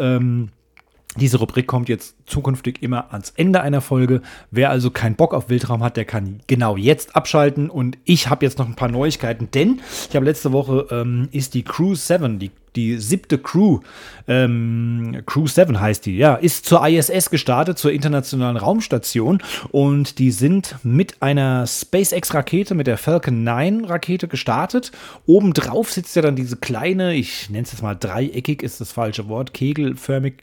Speaker 1: diese Rubrik kommt jetzt zukünftig immer ans Ende einer Folge. Wer also keinen Bock auf Weltraum hat, der kann genau jetzt abschalten. Und ich habe jetzt noch ein paar Neuigkeiten, denn ich habe letzte Woche ist die Crew 7, die 7. Crew, Crew 7 heißt die, ja, ist zur ISS gestartet, zur Internationalen Raumstation. Und die sind mit einer SpaceX-Rakete, mit der Falcon 9 Rakete gestartet. Obendrauf sitzt ja dann diese kleine, ich nenne es jetzt mal dreieckig, ist das falsche Wort, kegelförmig,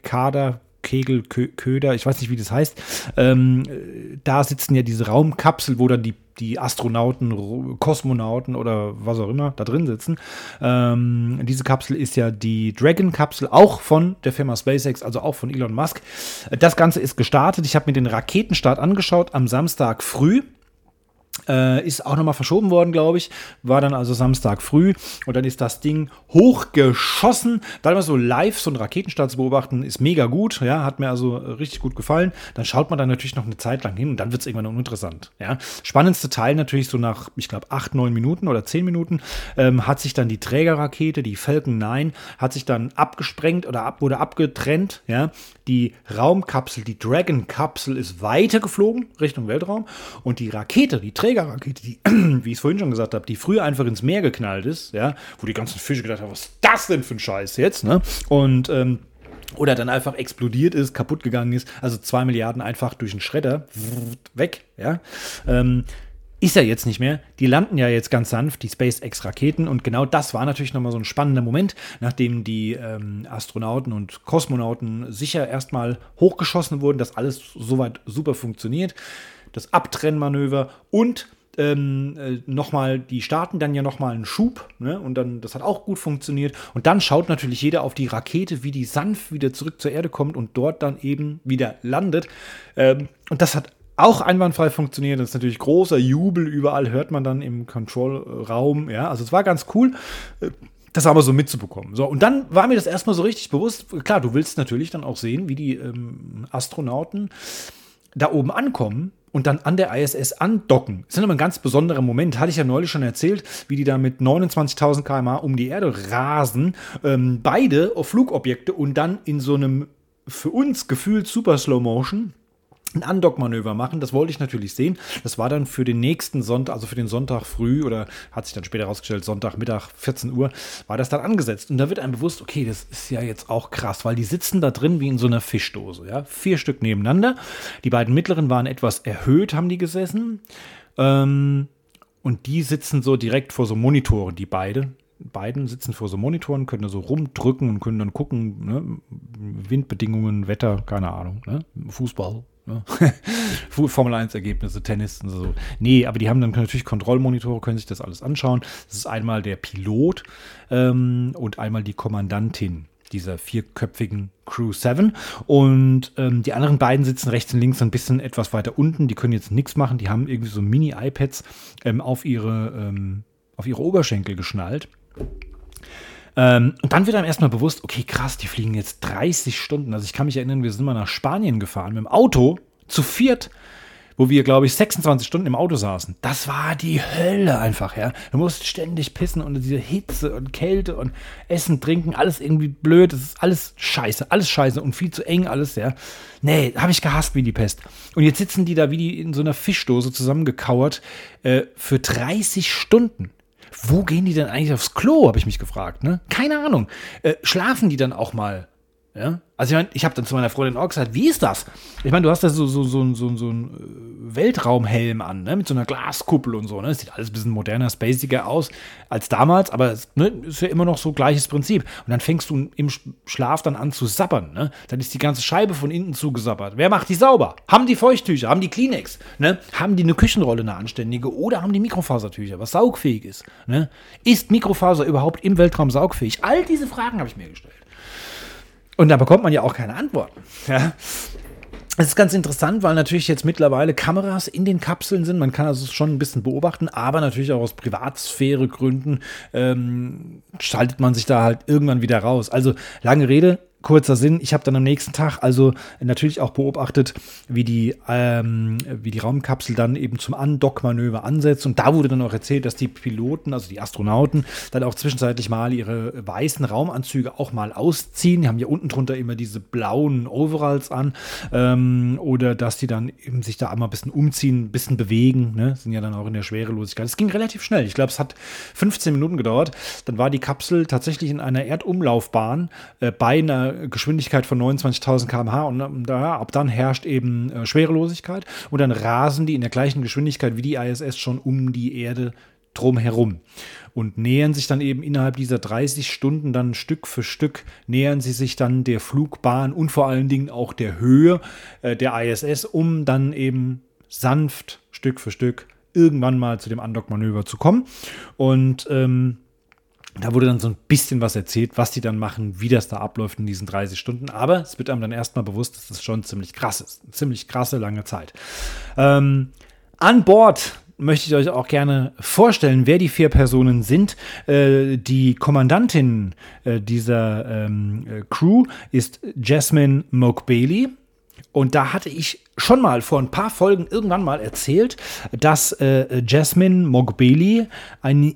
Speaker 1: Köder, ich weiß nicht, wie das heißt. Da sitzen ja diese Raumkapsel, wo dann die Astronauten, Kosmonauten oder was auch immer da drin sitzen. Diese Kapsel ist ja die Dragon-Kapsel, auch von der Firma SpaceX, also auch von Elon Musk. Das Ganze ist gestartet. Ich habe mir den Raketenstart angeschaut am Samstag früh. Ist auch nochmal verschoben worden, glaube ich. War dann also Samstag früh und dann ist das Ding hochgeschossen. Dann mal so live so einen Raketenstart zu beobachten, ist mega gut. Ja, hat mir also richtig gut gefallen. Dann schaut man da natürlich noch eine Zeit lang hin und dann wird es irgendwann uninteressant. Ja. Spannendste Teil natürlich so nach, ich glaube, 8, 9 Minuten oder 10 Minuten hat sich dann die Trägerrakete, die Falcon 9, hat sich dann abgesprengt oder wurde abgetrennt. Ja. Die Raumkapsel, die Dragon-Kapsel ist weitergeflogen Richtung Weltraum und die Rakete, die Trägerrakete, die, wie ich es vorhin schon gesagt habe, die früher einfach ins Meer geknallt ist, ja, wo die ganzen Fische gedacht haben, was ist das denn für ein Scheiß jetzt, ne? Und oder dann einfach explodiert ist, kaputt gegangen ist, also 2 Milliarden einfach durch den Schredder weg, ja. Ist ja jetzt nicht mehr. Die landen ja jetzt ganz sanft, die SpaceX-Raketen. Und genau das war natürlich nochmal so ein spannender Moment, nachdem die Astronauten und Kosmonauten sicher erstmal hochgeschossen wurden, dass alles soweit super funktioniert. Das Abtrennmanöver und nochmal, die starten dann ja nochmal einen Schub, ne? Und dann, das hat auch gut funktioniert. Und dann schaut natürlich jeder auf die Rakete, wie die sanft wieder zurück zur Erde kommt und dort dann eben wieder landet. Und das hat auch einwandfrei funktioniert. Das ist natürlich großer Jubel. Überall hört man dann im Control-Raum. Ja, also es war ganz cool, das aber so mitzubekommen. So, und dann war mir das erstmal so richtig bewusst. Klar, du willst natürlich dann auch sehen, wie die Astronauten da oben ankommen und dann an der ISS andocken. Das ist aber ein ganz besonderer Moment. Hatte ich ja neulich schon erzählt, wie die da mit 29.000 km/h um die Erde rasen. Beide Flugobjekte und dann in so einem für uns gefühlt super Slow Motion ein Andockmanöver machen. Das wollte ich natürlich sehen. Das war dann für den nächsten Sonntag, also für den Sonntag früh oder hat sich dann später herausgestellt, Sonntagmittag, 14 Uhr, war das dann angesetzt. Und da wird einem bewusst, okay, das ist ja jetzt auch krass, weil die sitzen da drin wie in so einer Fischdose. Ja? 4 Stück nebeneinander. Die beiden mittleren waren etwas erhöht, haben die gesessen. Und die sitzen so direkt vor so Monitoren, die beiden sitzen vor so Monitoren, können da so rumdrücken und können dann gucken, ne? Windbedingungen, Wetter, keine Ahnung, ne? Fußball. Ne? Formel-1-Ergebnisse, Tennis und so. Nee, aber die haben dann natürlich Kontrollmonitore, können sich das alles anschauen. Das ist einmal der Pilot und einmal die Kommandantin dieser vierköpfigen Crew 7. Und die anderen beiden sitzen rechts und links ein bisschen etwas weiter unten. Die können jetzt nichts machen. Die haben irgendwie so Mini-iPads auf ihre Oberschenkel geschnallt. Und dann wird einem erstmal bewusst, okay, krass, die fliegen jetzt 30 Stunden. Also ich kann mich erinnern, wir sind mal nach Spanien gefahren mit dem Auto zu viert, wo wir, glaube ich, 26 Stunden im Auto saßen. Das war die Hölle einfach, ja. Du musst ständig pissen und diese Hitze und Kälte und Essen, Trinken, alles irgendwie blöd. Das ist alles scheiße und viel zu eng alles, ja. Nee, habe ich gehasst wie die Pest. Und jetzt sitzen die da wie die in so einer Fischdose zusammengekauert für 30 Stunden. Wo gehen die denn eigentlich aufs Klo, habe ich mich gefragt, ne? Keine Ahnung. Schlafen die dann auch mal? Ja? Also ich habe dann zu meiner Freundin auch gesagt, wie ist das? Ich meine, du hast da so einen Weltraumhelm an, ne? Mit so einer Glaskuppel und so, ne? Das sieht alles ein bisschen moderner, spaciger aus als damals, aber es ist ja immer noch so gleiches Prinzip. Und dann fängst du im Schlaf dann an zu sabbern, ne? Dann ist die ganze Scheibe von innen zugesabbert. Wer macht die sauber? Haben die Feuchttücher? Haben die Kleenex? Ne? Haben die eine Küchenrolle, eine anständige? Oder haben die Mikrofasertücher, was saugfähig ist? Ne? Ist Mikrofaser überhaupt im Weltraum saugfähig? All diese Fragen habe ich mir gestellt. Und da bekommt man ja auch keine Antworten. Ja. Es ist ganz interessant, weil natürlich jetzt mittlerweile Kameras in den Kapseln sind. Man kann also schon ein bisschen beobachten, aber natürlich auch aus Privatsphäregründen schaltet man sich da halt irgendwann wieder raus. Also lange Rede, kurzer Sinn. Ich habe dann am nächsten Tag also natürlich auch beobachtet, wie die Raumkapsel dann eben zum Andockmanöver ansetzt. Und da wurde dann auch erzählt, dass die Piloten, also die Astronauten, dann auch zwischenzeitlich mal ihre weißen Raumanzüge auch mal ausziehen. Die haben ja unten drunter immer diese blauen Overalls an. Oder dass die dann eben sich da einmal ein bisschen umziehen, ein bisschen bewegen. Ne? Sind ja dann auch in der Schwerelosigkeit. Es ging relativ schnell. Ich glaube, es hat 15 Minuten gedauert. Dann war die Kapsel tatsächlich in einer Erdumlaufbahn bei einer Geschwindigkeit von 29.000 km/h und ab dann herrscht eben Schwerelosigkeit und dann rasen die in der gleichen Geschwindigkeit wie die ISS schon um die Erde drumherum und nähern sich dann eben innerhalb dieser 30 Stunden dann Stück für Stück, nähern sie sich dann der Flugbahn und vor allen Dingen auch der Höhe der ISS, um dann eben sanft Stück für Stück irgendwann mal zu dem Andockmanöver zu kommen. Und da wurde dann so ein bisschen was erzählt, was die dann machen, wie das da abläuft in diesen 30 Stunden. Aber es wird einem dann erstmal bewusst, dass das schon ziemlich krass ist. Eine ziemlich krasse, lange Zeit. An Bord möchte ich euch auch gerne vorstellen, wer die 4 Personen sind. Die Kommandantin dieser Crew ist Jasmine Moghbeli. Und da hatte ich schon mal vor ein paar Folgen irgendwann mal erzählt, dass Jasmine Moghbeli eine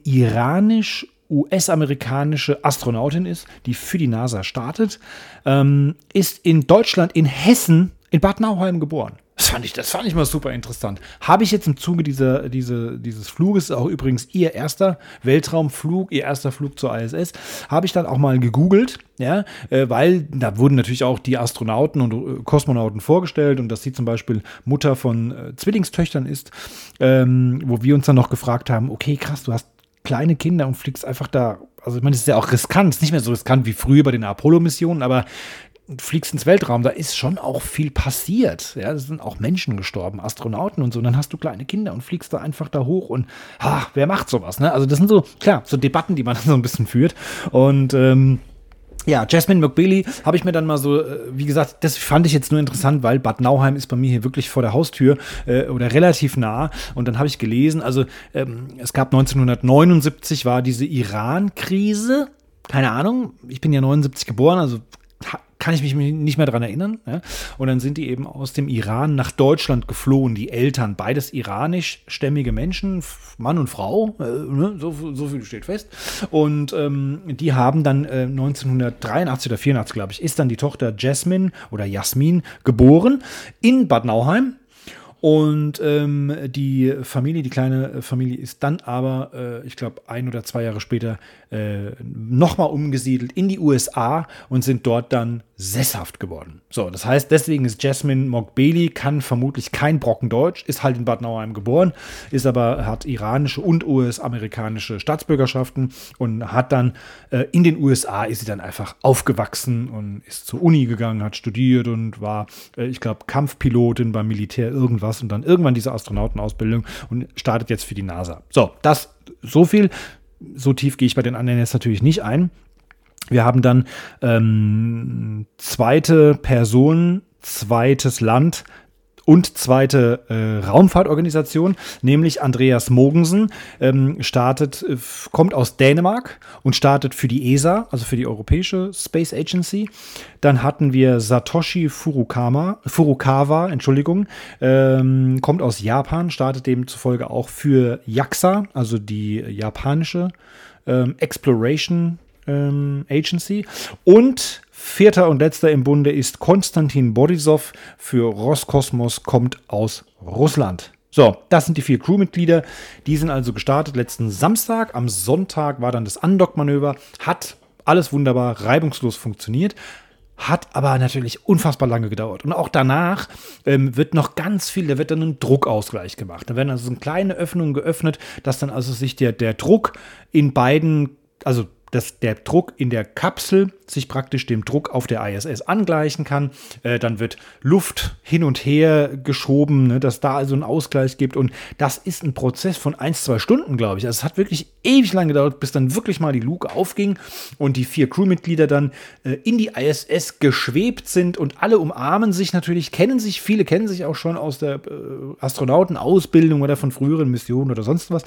Speaker 1: US-amerikanische Astronautin ist, die für die NASA startet, ist in Deutschland, in Hessen, in Bad Nauheim geboren. Das fand ich mal super interessant. Habe ich jetzt im Zuge dieses Fluges, auch übrigens ihr erster Weltraumflug, ihr erster Flug zur ISS, habe ich dann auch mal gegoogelt, ja, weil da wurden natürlich auch die Astronauten und Kosmonauten vorgestellt und dass sie zum Beispiel Mutter von Zwillingstöchtern ist, wo wir uns dann noch gefragt haben, okay, krass, du hast kleine Kinder und fliegst einfach da, also ich meine, das ist ja auch riskant, es ist nicht mehr so riskant wie früher bei den Apollo-Missionen, aber fliegst ins Weltraum, da ist schon auch viel passiert, ja, da sind auch Menschen gestorben, Astronauten und so, und dann hast du kleine Kinder und fliegst da einfach da hoch und wer macht sowas, ne, also das sind so, klar, so Debatten, die man dann so ein bisschen führt und ja, Jasmine Moghbeli habe ich mir dann mal so, wie gesagt, das fand ich jetzt nur interessant, weil Bad Nauheim ist bei mir hier wirklich vor der Haustür oder relativ nah. Und dann habe ich gelesen, also es gab 1979 war diese Iran-Krise, keine Ahnung, ich bin ja 79 geboren, also kann ich mich nicht mehr daran erinnern. Ja? Und dann sind die eben aus dem Iran nach Deutschland geflohen, die Eltern, beides iranischstämmige Menschen, Mann und Frau, ne? so viel steht fest. Und die haben dann 1983 oder 84, glaube ich, ist dann die Tochter Jasmine oder Jasmin geboren in Bad Nauheim. Und die Familie, die kleine Familie ist dann aber, ich glaube, 1 oder 2 Jahre später nochmal umgesiedelt in die USA und sind dort dann sesshaft geworden. So, das heißt, deswegen ist Jasmine Moghbeli, kann vermutlich kein Brocken Deutsch, ist halt in Bad Nauheim geboren, hat iranische und US-amerikanische Staatsbürgerschaften und hat dann in den USA ist sie dann einfach aufgewachsen und ist zur Uni gegangen, hat studiert und war, ich glaube, Kampfpilotin beim Militär, irgendwas und dann irgendwann diese Astronautenausbildung und startet jetzt für die NASA. So, das so viel. So tief gehe ich bei den anderen jetzt natürlich nicht ein. Wir haben dann zweite Person, zweites Land und zweite Raumfahrtorganisation, nämlich Andreas Mogensen, kommt aus Dänemark und startet für die ESA, also für die Europäische Space Agency. Dann hatten wir Satoshi Furukawa, kommt aus Japan, startet demzufolge auch für JAXA, also die japanische Exploration Agency. Und vierter und letzter im Bunde ist Konstantin Borisov für Roskosmos, kommt aus Russland. So, das sind die 4 Crewmitglieder. Die sind also gestartet letzten Samstag. Am Sonntag war dann das Undock-Manöver. Hat alles wunderbar reibungslos funktioniert. Hat aber natürlich unfassbar lange gedauert. Und auch danach wird noch ganz viel, da wird dann ein Druckausgleich gemacht. Da werden also so kleine Öffnungen geöffnet, dass dann also sich der Druck in beiden, also dass der Druck in der Kapsel sich praktisch dem Druck auf der ISS angleichen kann. Dann wird Luft hin und her geschoben, ne, dass da also einen Ausgleich gibt. Und das ist ein Prozess von 1-2 Stunden, glaube ich. Also es hat wirklich ewig lang gedauert, bis dann wirklich mal die Luke aufging und die 4 Crewmitglieder dann in die ISS geschwebt sind und alle umarmen sich natürlich, viele kennen sich auch schon aus der Astronautenausbildung oder von früheren Missionen oder sonst was.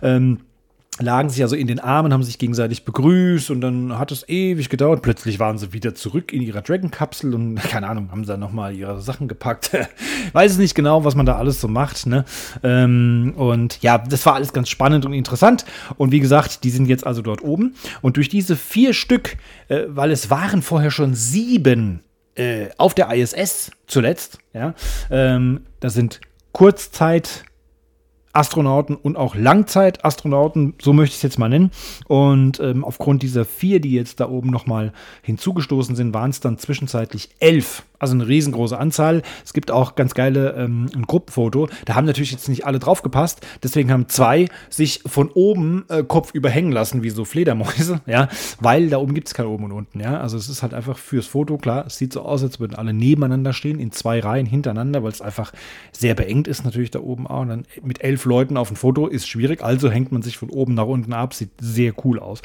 Speaker 1: Lagen sich also in den Armen, haben sich gegenseitig begrüßt und dann hat es ewig gedauert. Plötzlich waren sie wieder zurück in ihrer Dragon-Kapsel und keine Ahnung, haben sie dann nochmal ihre Sachen gepackt. Weiß es nicht genau, was man da alles so macht, ne? Und ja, das war alles ganz spannend und interessant. Und wie gesagt, die sind jetzt also dort oben. Und durch diese 4 Stück, weil es waren vorher schon 7 auf der ISS zuletzt, ja, da sind Kurzzeit Astronauten und auch Langzeitastronauten, so möchte ich es jetzt mal nennen. Und aufgrund dieser 4, die jetzt da oben nochmal hinzugestoßen sind, waren es dann zwischenzeitlich 11. Also eine riesengroße Anzahl. Es gibt auch ganz geile ein Gruppenfoto. Da haben natürlich jetzt nicht alle drauf gepasst. Deswegen haben 2 sich von oben kopfüber hängen lassen, wie so Fledermäuse. Ja, weil da oben gibt es kein Oben und Unten. Ja, also es ist halt einfach fürs Foto. Klar, es sieht so aus, als würden alle nebeneinander stehen, in 2 Reihen hintereinander, weil es einfach sehr beengt ist natürlich da oben auch. Und dann mit 11 Leuten auf ein Foto ist schwierig. Also hängt man sich von oben nach unten ab. Sieht sehr cool aus.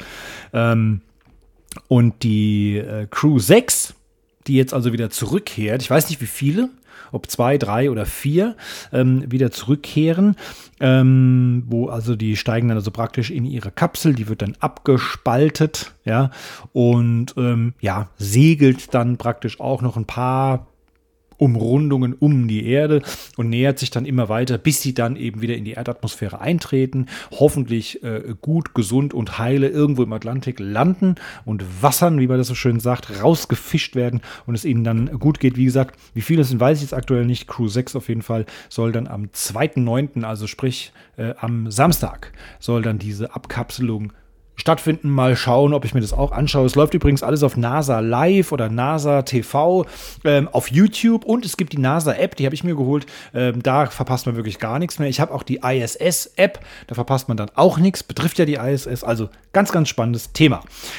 Speaker 1: Und die Crew 6, die jetzt also wieder zurückkehrt, ich weiß nicht wie viele, ob 2, 3 oder 4 wieder zurückkehren, wo also die steigen dann also praktisch in ihre Kapsel, die wird dann abgespaltet, ja, und segelt dann praktisch auch noch ein paar Umrundungen um die Erde und nähert sich dann immer weiter, bis sie dann eben wieder in die Erdatmosphäre eintreten, hoffentlich gut, gesund und heile irgendwo im Atlantik landen und wassern, wie man das so schön sagt, rausgefischt werden und es ihnen dann gut geht. Wie gesagt, wie viele es sind, weiß ich jetzt aktuell nicht. Crew 6 auf jeden Fall soll dann am 2.9., also sprich am Samstag, soll dann diese Abkapselung stattfinden. Mal schauen, ob ich mir das auch anschaue. Es läuft übrigens alles auf NASA Live oder NASA TV auf YouTube und es gibt die NASA-App, die habe ich mir geholt. Da verpasst man wirklich gar nichts mehr. Ich habe auch die ISS-App, da verpasst man dann auch nichts. Betrifft ja die ISS, also ganz, ganz spannendes Thema.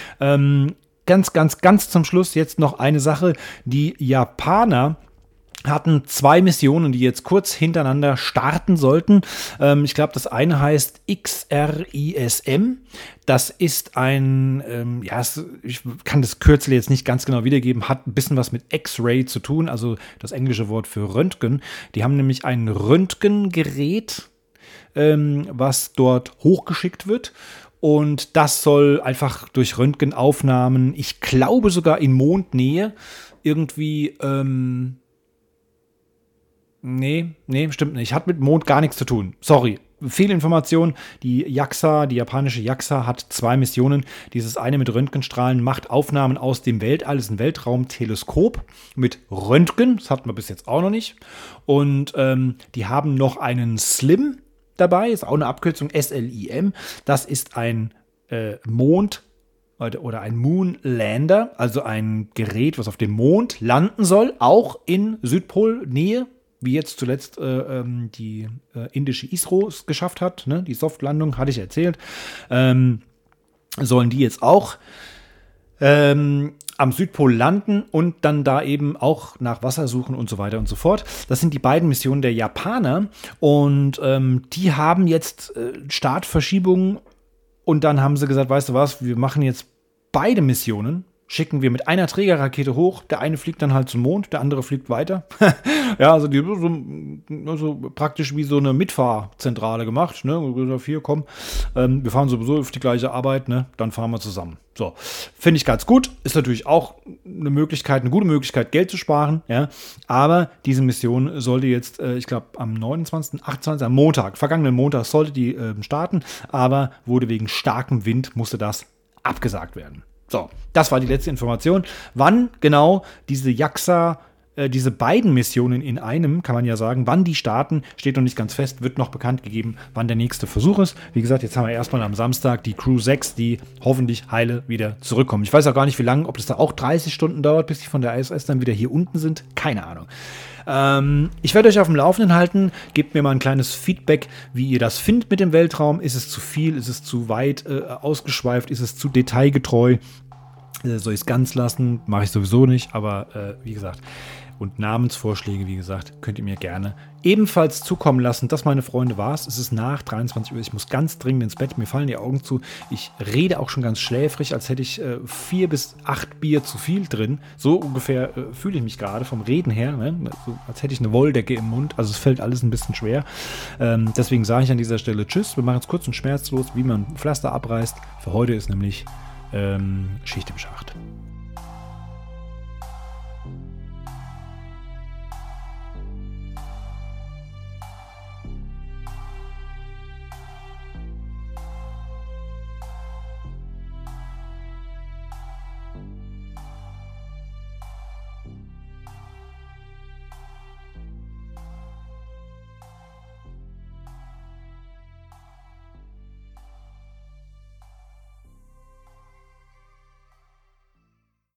Speaker 1: Ganz zum Schluss jetzt noch eine Sache. Die Japaner hatten 2 Missionen, die jetzt kurz hintereinander starten sollten. Ich glaube, das eine heißt XRISM. Das ist ein, ich kann das Kürzel jetzt nicht ganz genau wiedergeben, hat ein bisschen was mit X-Ray zu tun, also das englische Wort für Röntgen. Die haben nämlich ein Röntgengerät, was dort hochgeschickt wird. Und das soll einfach durch Röntgenaufnahmen, ich glaube sogar in Mondnähe, irgendwie Nee, stimmt nicht. Hat mit Mond gar nichts zu tun. Sorry. Fehlinformation. Die JAXA, die japanische JAXA, hat 2 Missionen. Dieses eine mit Röntgenstrahlen macht Aufnahmen aus dem Weltall. Das ist ein Weltraumteleskop mit Röntgen. Das hatten wir bis jetzt auch noch nicht. Und die haben noch einen SLIM dabei. Ist auch eine Abkürzung, SLIM. Das ist ein oder ein Moonlander, also ein Gerät, was auf dem Mond landen soll, auch in Südpolnähe, wie jetzt zuletzt die indische ISRO es geschafft hat, ne? Die Softlandung, hatte ich erzählt, sollen die jetzt auch am Südpol landen und dann da eben auch nach Wasser suchen und so weiter und so fort. Das sind die beiden Missionen der Japaner und die haben jetzt Startverschiebungen und dann haben sie gesagt, weißt du was, wir machen jetzt beide Missionen, schicken wir mit einer Trägerrakete hoch, der eine fliegt dann halt zum Mond, der andere fliegt weiter. Ja, also die so praktisch wie so eine Mitfahrzentrale gemacht, ne? Und gesagt, hier, komm, wir fahren sowieso auf die gleiche Arbeit, ne? Dann fahren wir zusammen. So, finde ich ganz gut. Ist natürlich auch eine gute Möglichkeit, Geld zu sparen, ja. Aber diese Mission sollte jetzt, ich glaube, am 29., 28., am Montag, vergangenen Montag sollte die starten, aber wurde wegen starkem Wind, musste das abgesagt werden. So, das war die letzte Information. Wann genau diese JAXA, diese beiden Missionen in einem, kann man ja sagen, wann die starten, steht noch nicht ganz fest, wird noch bekannt gegeben, wann der nächste Versuch ist. Wie gesagt, jetzt haben wir erstmal am Samstag die Crew 6, die hoffentlich heile wieder zurückkommen. Ich weiß auch gar nicht, wie lange, ob das da auch 30 Stunden dauert, bis die von der ISS dann wieder hier unten sind. Keine Ahnung. Ich werde euch auf dem Laufenden halten. Gebt mir mal ein kleines Feedback, wie ihr das findet mit dem Weltraum. Ist es zu viel? Ist es zu weit ausgeschweift? Ist es zu detailgetreu? Soll ich es ganz lassen? Mache ich sowieso nicht. Aber wie gesagt, und Namensvorschläge, wie gesagt, könnt ihr mir gerne ebenfalls zukommen lassen. Das, meine Freunde, war es. Es ist nach 23 Uhr. Ich muss ganz dringend ins Bett. Mir fallen die Augen zu. Ich rede auch schon ganz schläfrig, als hätte ich 4 bis 8 Bier zu viel drin. So ungefähr fühle ich mich gerade vom Reden her. Ne? So, als hätte ich eine Wolldecke im Mund. Also es fällt alles ein bisschen schwer. Deswegen sage ich an dieser Stelle Tschüss. Wir machen es kurz und schmerzlos, wie man Pflaster abreißt. Für heute ist nämlich Schicht im Schacht.